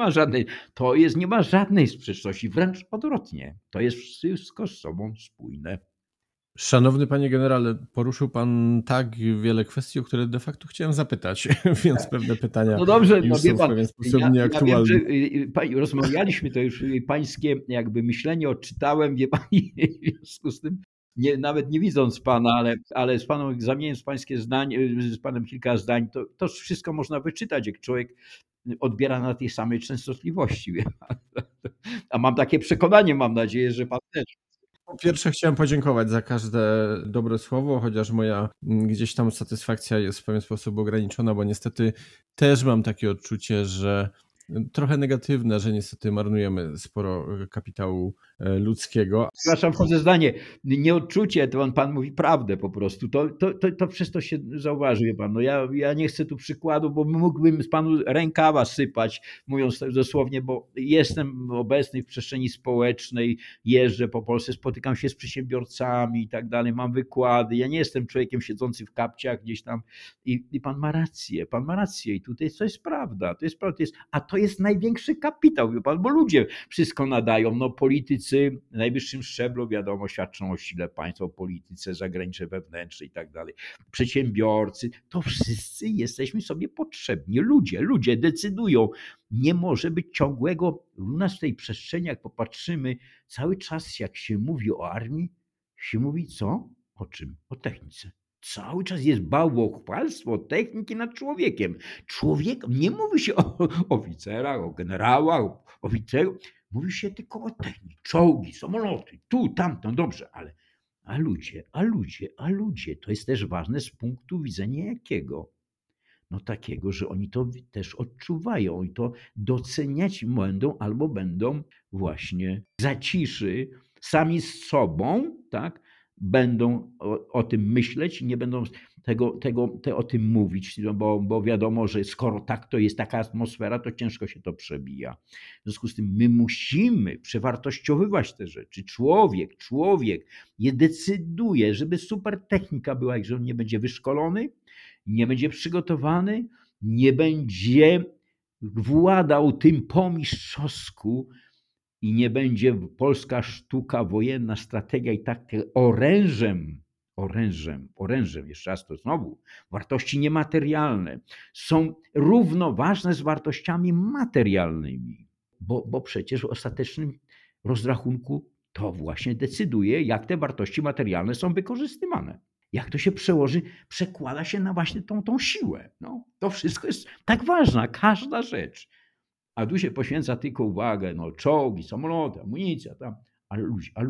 ma żadnej sprzeczności, wręcz odwrotnie. To jest wszystko z sobą spójne. Szanowny panie generale, poruszył pan tak wiele kwestii, o które de facto chciałem zapytać, więc pewne pytania no dobrze, już są w pewien sposób nieaktualne. Ja wiem, że rozmawialiśmy, to już pańskie jakby myślenie odczytałem, wie pani, w związku z tym nawet nie widząc pana, ale z panem zamieniając pańskie zdanie, z panem kilka zdań, to wszystko można wyczytać, jak człowiek odbiera na tej samej częstotliwości. A mam takie przekonanie, mam nadzieję, że pan też. Po pierwsze chciałem podziękować za każde dobre słowo, chociaż moja gdzieś tam satysfakcja jest w pewien sposób ograniczona, bo niestety też mam takie odczucie, że trochę negatywne, że niestety marnujemy sporo kapitału ludzkiego. Przepraszam, wchodzę w zdanie. Nie odczucie, to pan mówi prawdę po prostu. To przez to się zauważy, wie pan. No ja nie chcę tu przykładu, bo mógłbym z panu rękawa sypać, mówiąc tak dosłownie, bo jestem obecny w przestrzeni społecznej, jeżdżę po Polsce, spotykam się z przedsiębiorcami i tak dalej, mam wykłady. Ja nie jestem człowiekiem siedzącym w kapciach gdzieś tam i pan ma rację i tutaj to jest prawda, a to jest największy kapitał, wie pan, bo ludzie wszystko nadają, no politycy na najwyższym szczeblu, wiadomo, świadczą o sile państwa, o polityce zagranicznej, wewnętrznej i tak dalej. Przedsiębiorcy, to wszyscy jesteśmy sobie potrzebni. Ludzie decydują. Nie może być ciągłego, u nas w tej przestrzeni, jak popatrzymy, cały czas jak się mówi o armii, się mówi co? O czym? O technice. Cały czas jest bałwochwalstwo techniki nad człowiekiem. Nie mówi się o oficerach, o generałach, o oficerach. Mówi się tylko o technice. Czołgi, samoloty, tu, tamto, dobrze, ale a ludzie. To jest też ważne z punktu widzenia jakiego? No takiego, że oni to też odczuwają i to doceniać będą albo będą właśnie w zaciszy, sami z sobą, tak? Będą o tym myśleć, nie będą o tym mówić, bo wiadomo, że skoro tak to jest taka atmosfera, to ciężko się to przebija. W związku z tym my musimy przewartościowywać te rzeczy. Człowiek je decyduje, żeby super technika była i że on nie będzie wyszkolony, nie będzie przygotowany, nie będzie władał tym po mistrzowsku i nie będzie polska sztuka wojenna, strategia i taktyka orężem, jeszcze raz to znowu, wartości niematerialne są równoważne z wartościami materialnymi, bo przecież w ostatecznym rozrachunku to właśnie decyduje, jak te wartości materialne są wykorzystywane. Jak to się przekłada się na właśnie tą siłę. No, to wszystko jest tak ważne, każda rzecz. A tu się poświęca tylko uwagę, no czołgi, samoloty, amunicja, tam. A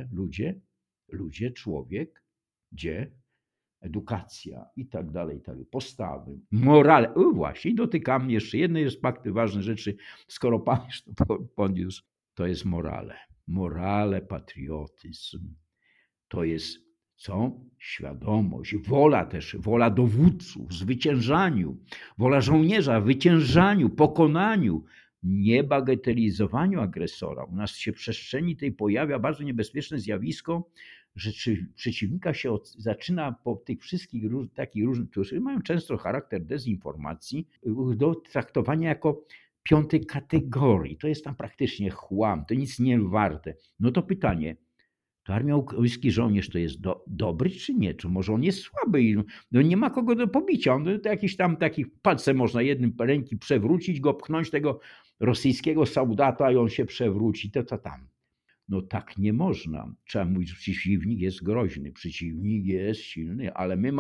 ludzie, człowiek, gdzie? Edukacja i tak dalej, postawy, morale. Właśnie, dotykam jeszcze jednej aspektu ważnej rzeczy, skoro pan już to podniósł, to jest morale, patriotyzm. To jest co? Świadomość, wola dowódców, zwyciężaniu, wola żołnierza, wyciężaniu, pokonaniu, niebagatelizowaniu agresora. U nas się w przestrzeni tej pojawia bardzo niebezpieczne zjawisko, że przeciwnika się zaczyna po tych wszystkich takich różnych, którzy mają często charakter dezinformacji, do traktowania jako piątej kategorii. To jest tam praktycznie chłam, to nic nie warte. No to pytanie, to armijski żołnierz to jest dobry czy nie? Czy może on jest słaby i no nie ma kogo do pobicia? On to jakiś tam takich palcem można jednym ręki przewrócić, go pchnąć tego rosyjskiego soldata i on się przewróci, to co tam? No tak nie można. Trzeba mówić, że przeciwnik jest groźny, przeciwnik jest silny, ale my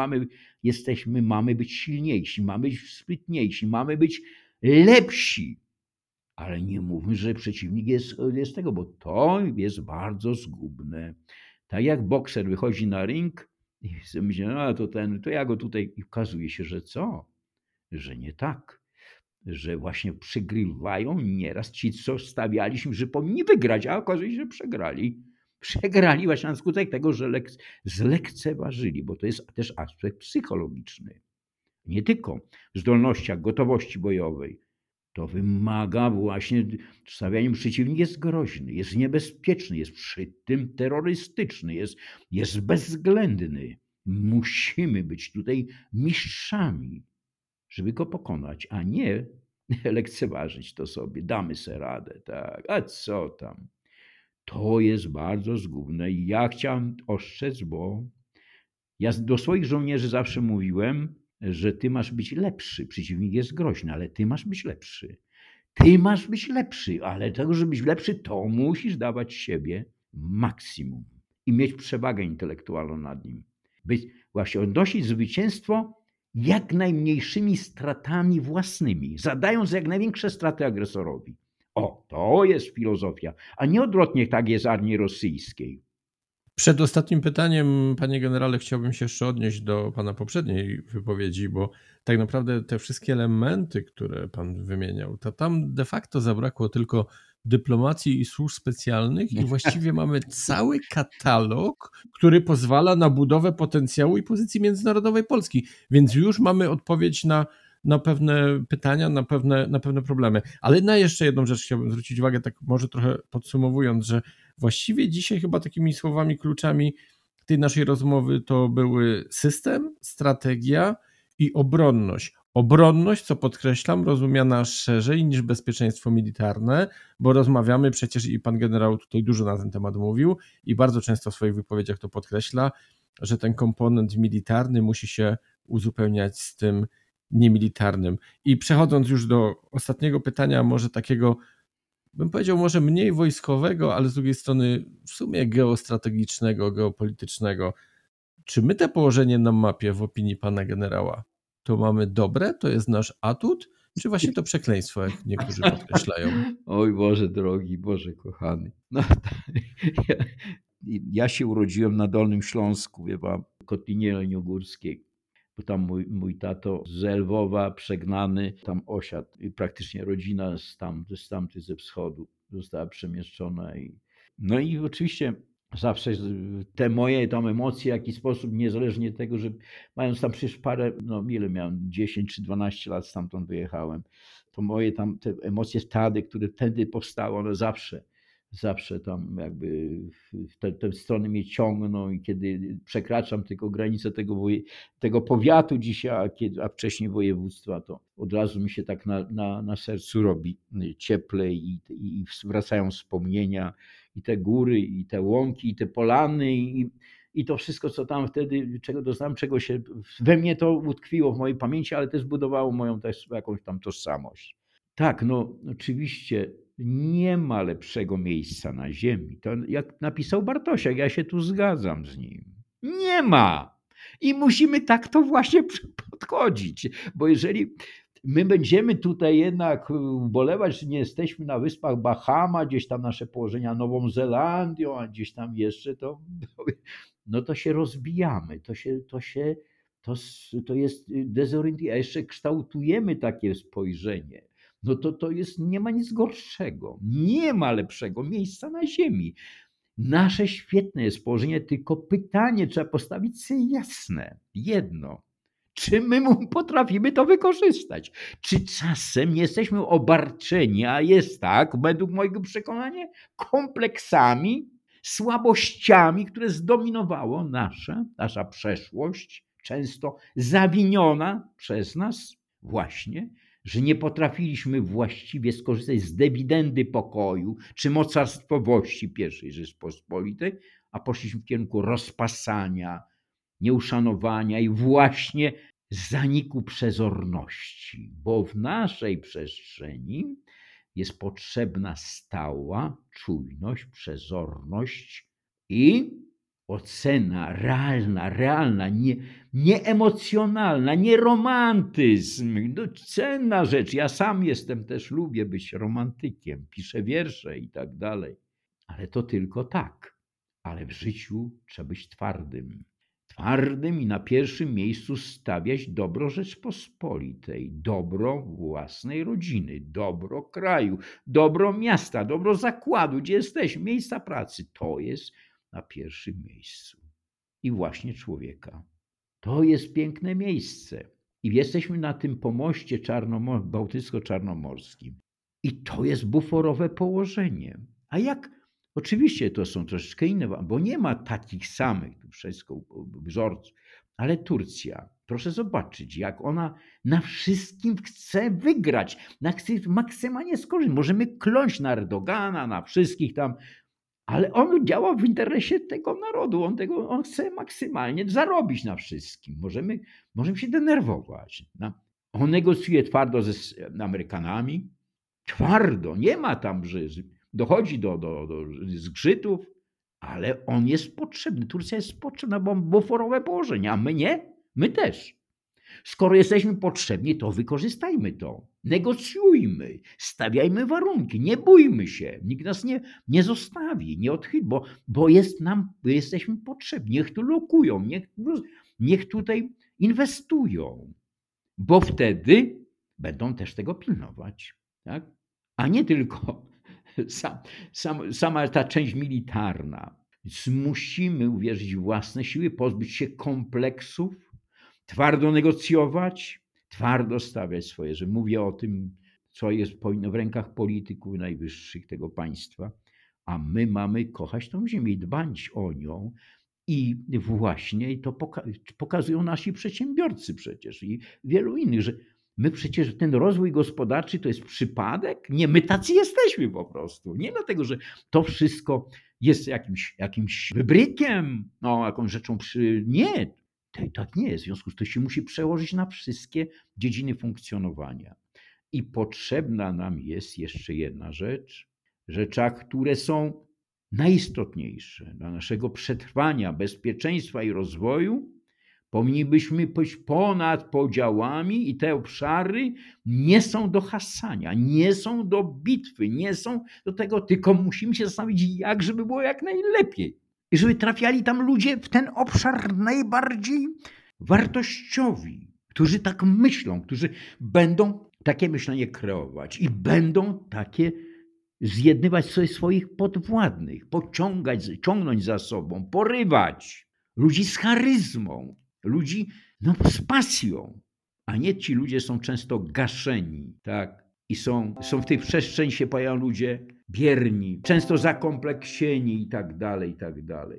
mamy być silniejsi, mamy być sprytniejsi, mamy być lepsi. Ale nie mówmy, że przeciwnik jest tego, bo to jest bardzo zgubne. Tak jak bokser wychodzi na ring i myśli, no to ja go tutaj i okazuje się, że co? Że nie tak. Że właśnie przegrywają nieraz ci, co stawialiśmy, że powinni wygrać, a okazuje się, że przegrali. Przegrali właśnie na skutek tego, że zlekceważyli, bo to jest też aspekt psychologiczny. Nie tylko w zdolnościach, gotowości bojowej. To wymaga właśnie, stawianiem przeciwnik jest groźny, jest niebezpieczny, jest przy tym terrorystyczny, jest bezwzględny. Musimy być tutaj mistrzami, żeby go pokonać, a nie lekceważyć to sobie. Damy sobie radę, tak, a co tam. To jest bardzo zgubne i ja chciałem ostrzec, bo ja do swoich żołnierzy zawsze mówiłem, że ty masz być lepszy. Przeciwnik jest groźny, ale ty masz być lepszy. Ty masz być lepszy, ale tego, żeby być lepszy, to musisz dawać siebie maksimum. i mieć przewagę intelektualną nad nim. Właśnie odnosić zwycięstwo jak najmniejszymi stratami własnymi, zadając jak największe straty agresorowi. To jest filozofia, a nie odwrotnie tak jest w armii rosyjskiej. Przed ostatnim pytaniem, panie generale, chciałbym się jeszcze odnieść do pana poprzedniej wypowiedzi, bo tak naprawdę te wszystkie elementy, które pan wymieniał, to tam de facto zabrakło tylko dyplomacji i służb specjalnych i właściwie mamy cały katalog, który pozwala na budowę potencjału i pozycji międzynarodowej Polski, więc już mamy odpowiedź na pewne pytania, na pewne problemy. Ale na jeszcze jedną rzecz chciałbym zwrócić uwagę, tak może trochę podsumowując, że właściwie dzisiaj chyba takimi słowami kluczami tej naszej rozmowy to były system, strategia i obronność. Obronność, co podkreślam, rozumiana szerzej niż bezpieczeństwo militarne, bo rozmawiamy przecież i pan generał tutaj dużo na ten temat mówił i bardzo często w swoich wypowiedziach to podkreśla, że ten komponent militarny musi się uzupełniać z tym niemilitarnym. I przechodząc już do ostatniego pytania, może takiego, bym powiedział, może mniej wojskowego, ale z drugiej strony w sumie geostrategicznego, geopolitycznego. Czy my te położenie na mapie w opinii pana generała to mamy dobre? To jest nasz atut? Czy właśnie to przekleństwo, jak niektórzy podkreślają? Oj Boże drogi, Boże kochany. Ja się urodziłem na Dolnym Śląsku, wie pan, w Kotlinie Jeleniogórskiej, bo tam mój tato z Lwowa przegnany tam osiadł i praktycznie rodzina stamtąd ze wschodu została przemieszczona. No i oczywiście zawsze te moje tam emocje w jakiś sposób, niezależnie od tego, że mając tam przecież ile miałem, 10 czy 12 lat stamtąd wyjechałem, to moje tam te emocje wtedy, które wtedy powstały, one zawsze tam jakby w te strony mnie ciągną i kiedy przekraczam tylko granicę tego powiatu dzisiaj, a wcześniej województwa, to od razu mi się tak na sercu robi cieplej i wracają wspomnienia i te góry, i te łąki, i te polany, i to wszystko, co tam wtedy, czego doznałem, czego się we mnie to utkwiło w mojej pamięci, ale też budowało moją też jakąś tam tożsamość. Tak, no oczywiście nie ma lepszego miejsca na ziemi. To jak napisał Bartosiak, ja się tu zgadzam z nim. Nie ma. I musimy tak to właśnie podchodzić, bo jeżeli my będziemy tutaj jednak ubolewać, że nie jesteśmy na wyspach Bahama, gdzieś tam nasze położenia Nową Zelandią, a gdzieś tam jeszcze no to się rozbijamy, to jest dezorientacja, a jeszcze kształtujemy takie spojrzenie. No to jest, nie ma nic gorszego, nie ma lepszego miejsca na ziemi. Nasze świetne jest położenie, tylko pytanie trzeba postawić sobie jasne, jedno. Czy my potrafimy to wykorzystać? Czy czasem nie jesteśmy obarczeni, a jest tak, według mojego przekonania, kompleksami, słabościami, które zdominowało nasza przeszłość, często zawiniona przez nas właśnie, że nie potrafiliśmy właściwie skorzystać z dywidendy pokoju czy mocarstwowości I Rzeczpospolitej, a poszliśmy w kierunku rozpasania, nieuszanowania i właśnie zaniku przezorności, bo w naszej przestrzeni jest potrzebna stała czujność, przezorność i ocena realna, nieemocjonalna, nie romantyzm. No, cenna rzecz. Ja sam lubię być romantykiem, piszę wiersze i tak dalej. Ale to tylko tak. Ale w życiu trzeba być twardym. Twardym i na pierwszym miejscu stawiać dobro Rzeczpospolitej, dobro własnej rodziny, dobro kraju, dobro miasta, dobro zakładu, gdzie jesteśmy, miejsca pracy. To jest na pierwszym miejscu. I właśnie człowieka. To jest piękne miejsce. I jesteśmy na tym pomoście bałtycko-czarnomorskim. I to jest buforowe położenie. A jak? Oczywiście to są troszeczkę inne, bo nie ma takich samych tu wszystko wzorców. Ale Turcja, proszę zobaczyć, jak ona na wszystkim chce wygrać, chce maksymalnie skorzystać. Możemy kląć na Erdogana, na wszystkich tam, ale on działa w interesie tego narodu. On chce maksymalnie zarobić na wszystkim. Możemy się denerwować. On negocjuje twardo z Amerykanami. Twardo. Nie ma tam, że dochodzi do zgrzytów, ale on jest potrzebny. Turcja jest potrzebna, bo ma buforowe położenie, a my nie? My też. Skoro jesteśmy potrzebni, to wykorzystajmy to. Negocjujmy, stawiajmy warunki, nie bójmy się. Nikt nas nie zostawi, nie odchyli, bo jesteśmy potrzebni. Niech tu lokują, niech tutaj inwestują, bo wtedy będą też tego pilnować. Tak? A nie tylko sama ta część militarna. Więc musimy uwierzyć w własne siły, pozbyć się kompleksów, twardo negocjować, twardo stawiać swoje, że mówię o tym, co powinno w rękach polityków najwyższych tego państwa, a my mamy kochać tą ziemię i dbać o nią. I właśnie to pokazują nasi przedsiębiorcy przecież i wielu innych, że my przecież ten rozwój gospodarczy to jest przypadek? Nie, my tacy jesteśmy po prostu. Nie dlatego, że to wszystko jest jakimś wybrykiem, jakąś rzeczą Nie, tak nie jest. W związku z tym się musi przełożyć na wszystkie dziedziny funkcjonowania. I potrzebna nam jest jeszcze jedna rzecz, rzeczach, które są najistotniejsze dla naszego przetrwania, bezpieczeństwa i rozwoju. Powinniśmy pójść ponad podziałami i te obszary nie są do hasania, nie są do bitwy, nie są do tego, tylko musimy się zastanowić, jak żeby było jak najlepiej. I żeby trafiali tam ludzie w ten obszar najbardziej wartościowi, którzy tak myślą, którzy będą takie myślenie kreować i będą takie zjednywać sobie swoich podwładnych, ciągnąć za sobą, porywać ludzi z charyzmą, ludzi z pasją, a nie ci ludzie są często gaszeni, tak? I są w tej przestrzeni się pojawiają ludzie bierni, często zakompleksieni i tak dalej, i tak dalej.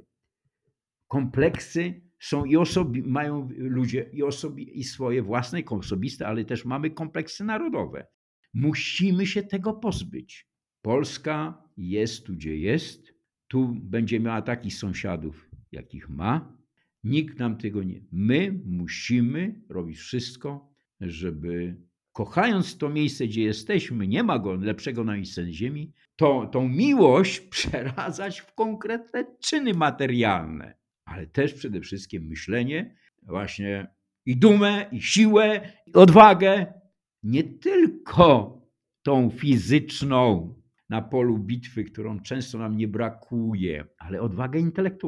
Kompleksy są mają ludzie i swoje własne, osobiste, ale też mamy kompleksy narodowe. Musimy się tego pozbyć. Polska jest tu, gdzie jest. Tu będzie miała takich sąsiadów, jakich ma. Nikt nam tego nie... My musimy robić wszystko, żeby kochając to miejsce, gdzie jesteśmy, nie ma go lepszego na miejsce ziemi, tą miłość przeradzać w konkretne czyny materialne, ale też przede wszystkim myślenie właśnie i dumę, i siłę, i odwagę, nie tylko tą fizyczną na polu bitwy, którą często nam nie brakuje, ale odwagę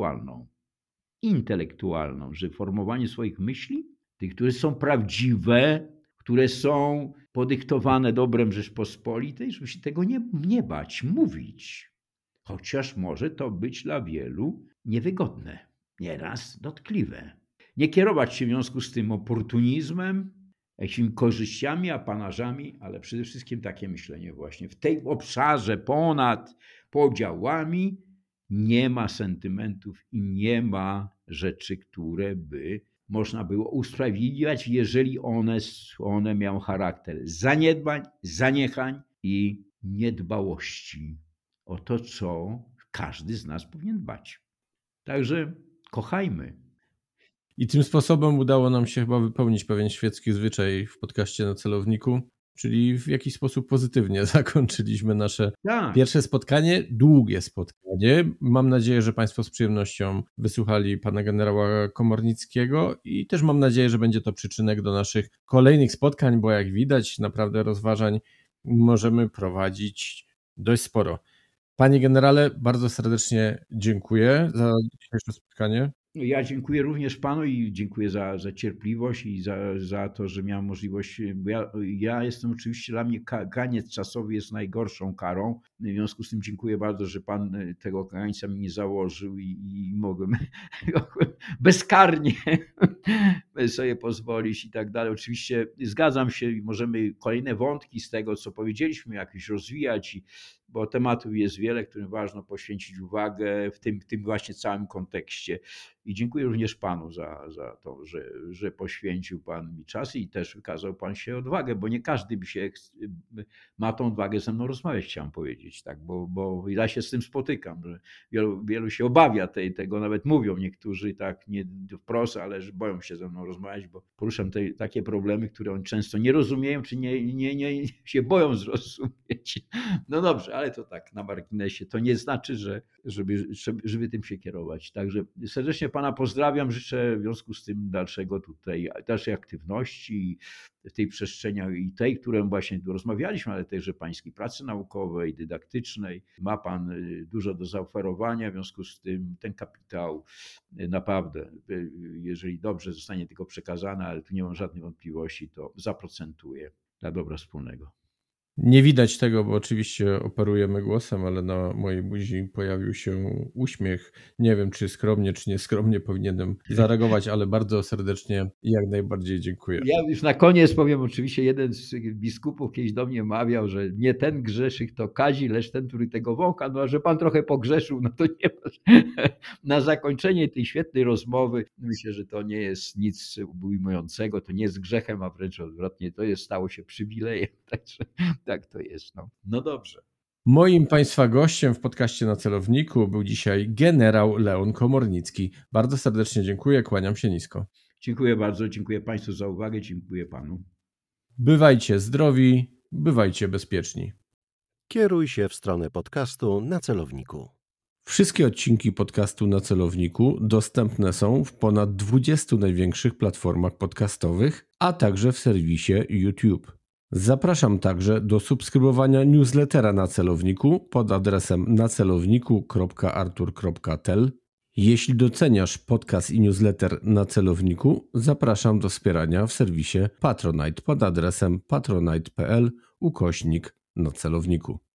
intelektualną, że formowanie swoich myśli, tych, które są prawdziwe, które są podyktowane dobrem Rzeczpospolitej, żeby się tego nie bać, mówić. Chociaż może to być dla wielu niewygodne, nieraz dotkliwe. Nie kierować się w związku z tym oportunizmem, jakimiś korzyściami, apanażami, ale przede wszystkim takie myślenie właśnie. W tej obszarze ponad podziałami nie ma sentymentów i nie ma rzeczy, które by można było usprawiedliwiać, jeżeli one miały charakter zaniedbań, zaniechań i niedbałości o to, co każdy z nas powinien dbać. Także kochajmy. I tym sposobem udało nam się chyba wypełnić pewien świecki zwyczaj w podcaście Na Celowniku, czyli w jakiś sposób pozytywnie zakończyliśmy nasze pierwsze spotkanie, długie spotkanie. Mam nadzieję, że Państwo z przyjemnością wysłuchali pana generała Komornickiego i też mam nadzieję, że będzie to przyczynek do naszych kolejnych spotkań, bo jak widać, naprawdę rozważań możemy prowadzić dość sporo. Panie generale, bardzo serdecznie dziękuję za dzisiejsze spotkanie. Ja dziękuję również panu i dziękuję za cierpliwość i za to, że miałem możliwość, bo ja jestem oczywiście, dla mnie kaniec czasowy jest najgorszą karą. W związku z tym dziękuję bardzo, że pan tego kańca mi nie założył i mogłem bezkarnie sobie pozwolić i tak dalej. Oczywiście zgadzam się i możemy kolejne wątki z tego, co powiedzieliśmy, jakieś rozwijać, bo tematów jest wiele, którym ważno poświęcić uwagę w tym właśnie całym kontekście. I dziękuję również panu za to, że poświęcił pan mi czas i też wykazał pan się odwagę, bo nie każdy ma tą odwagę ze mną rozmawiać, chciałem powiedzieć, tak, bo ja się z tym spotykam, że wielu się obawia tego, nawet mówią niektórzy tak nie wprost, ale że boją się ze mną rozmawiać, bo poruszam takie problemy, które oni często nie rozumieją, czy nie się boją zrozumieć. No dobrze, ale to tak na marginesie. To nie znaczy, żeby tym się kierować. Także serdecznie pana pozdrawiam, życzę w związku z tym dalszej aktywności w tej przestrzeni i tej, którą właśnie tu rozmawialiśmy, ale także pańskiej pracy naukowej, dydaktycznej. Ma pan dużo do zaoferowania, w związku z tym ten kapitał naprawdę, jeżeli dobrze zostanie tylko przekazany, ale tu nie mam żadnych wątpliwości, to zaprocentuje dla dobra wspólnego. Nie widać tego, bo oczywiście operujemy głosem, ale na mojej buzi pojawił się uśmiech. Nie wiem, czy skromnie, czy nieskromnie powinienem zareagować, ale bardzo serdecznie i jak najbardziej dziękuję. Ja już na koniec powiem, oczywiście jeden z biskupów kiedyś do mnie mawiał, że nie ten grzeszy, kto kazi, lecz ten, który tego wącha. No a że pan trochę pogrzeszył, no to nie masz. Na zakończenie tej świetnej rozmowy myślę, że to nie jest nic ujmującego, to nie jest grzechem, a wręcz odwrotnie, to stało się przywilejem. Także tak to jest. No dobrze. Moim państwa gościem w podcaście Na Celowniku był dzisiaj generał Leon Komornicki. Bardzo serdecznie dziękuję, kłaniam się nisko. Dziękuję bardzo, dziękuję państwu za uwagę, dziękuję panu. Bywajcie zdrowi, bywajcie bezpieczni. Kieruj się w stronę podcastu Na Celowniku. Wszystkie odcinki podcastu Na Celowniku dostępne są w ponad 20 największych platformach podcastowych, a także w serwisie YouTube. Zapraszam także do subskrybowania newslettera Na Celowniku pod adresem nacelowniku.artur.tel. Jeśli doceniasz podcast i newsletter Na Celowniku, zapraszam do wspierania w serwisie Patronite pod adresem patronite.pl/Na Celowniku.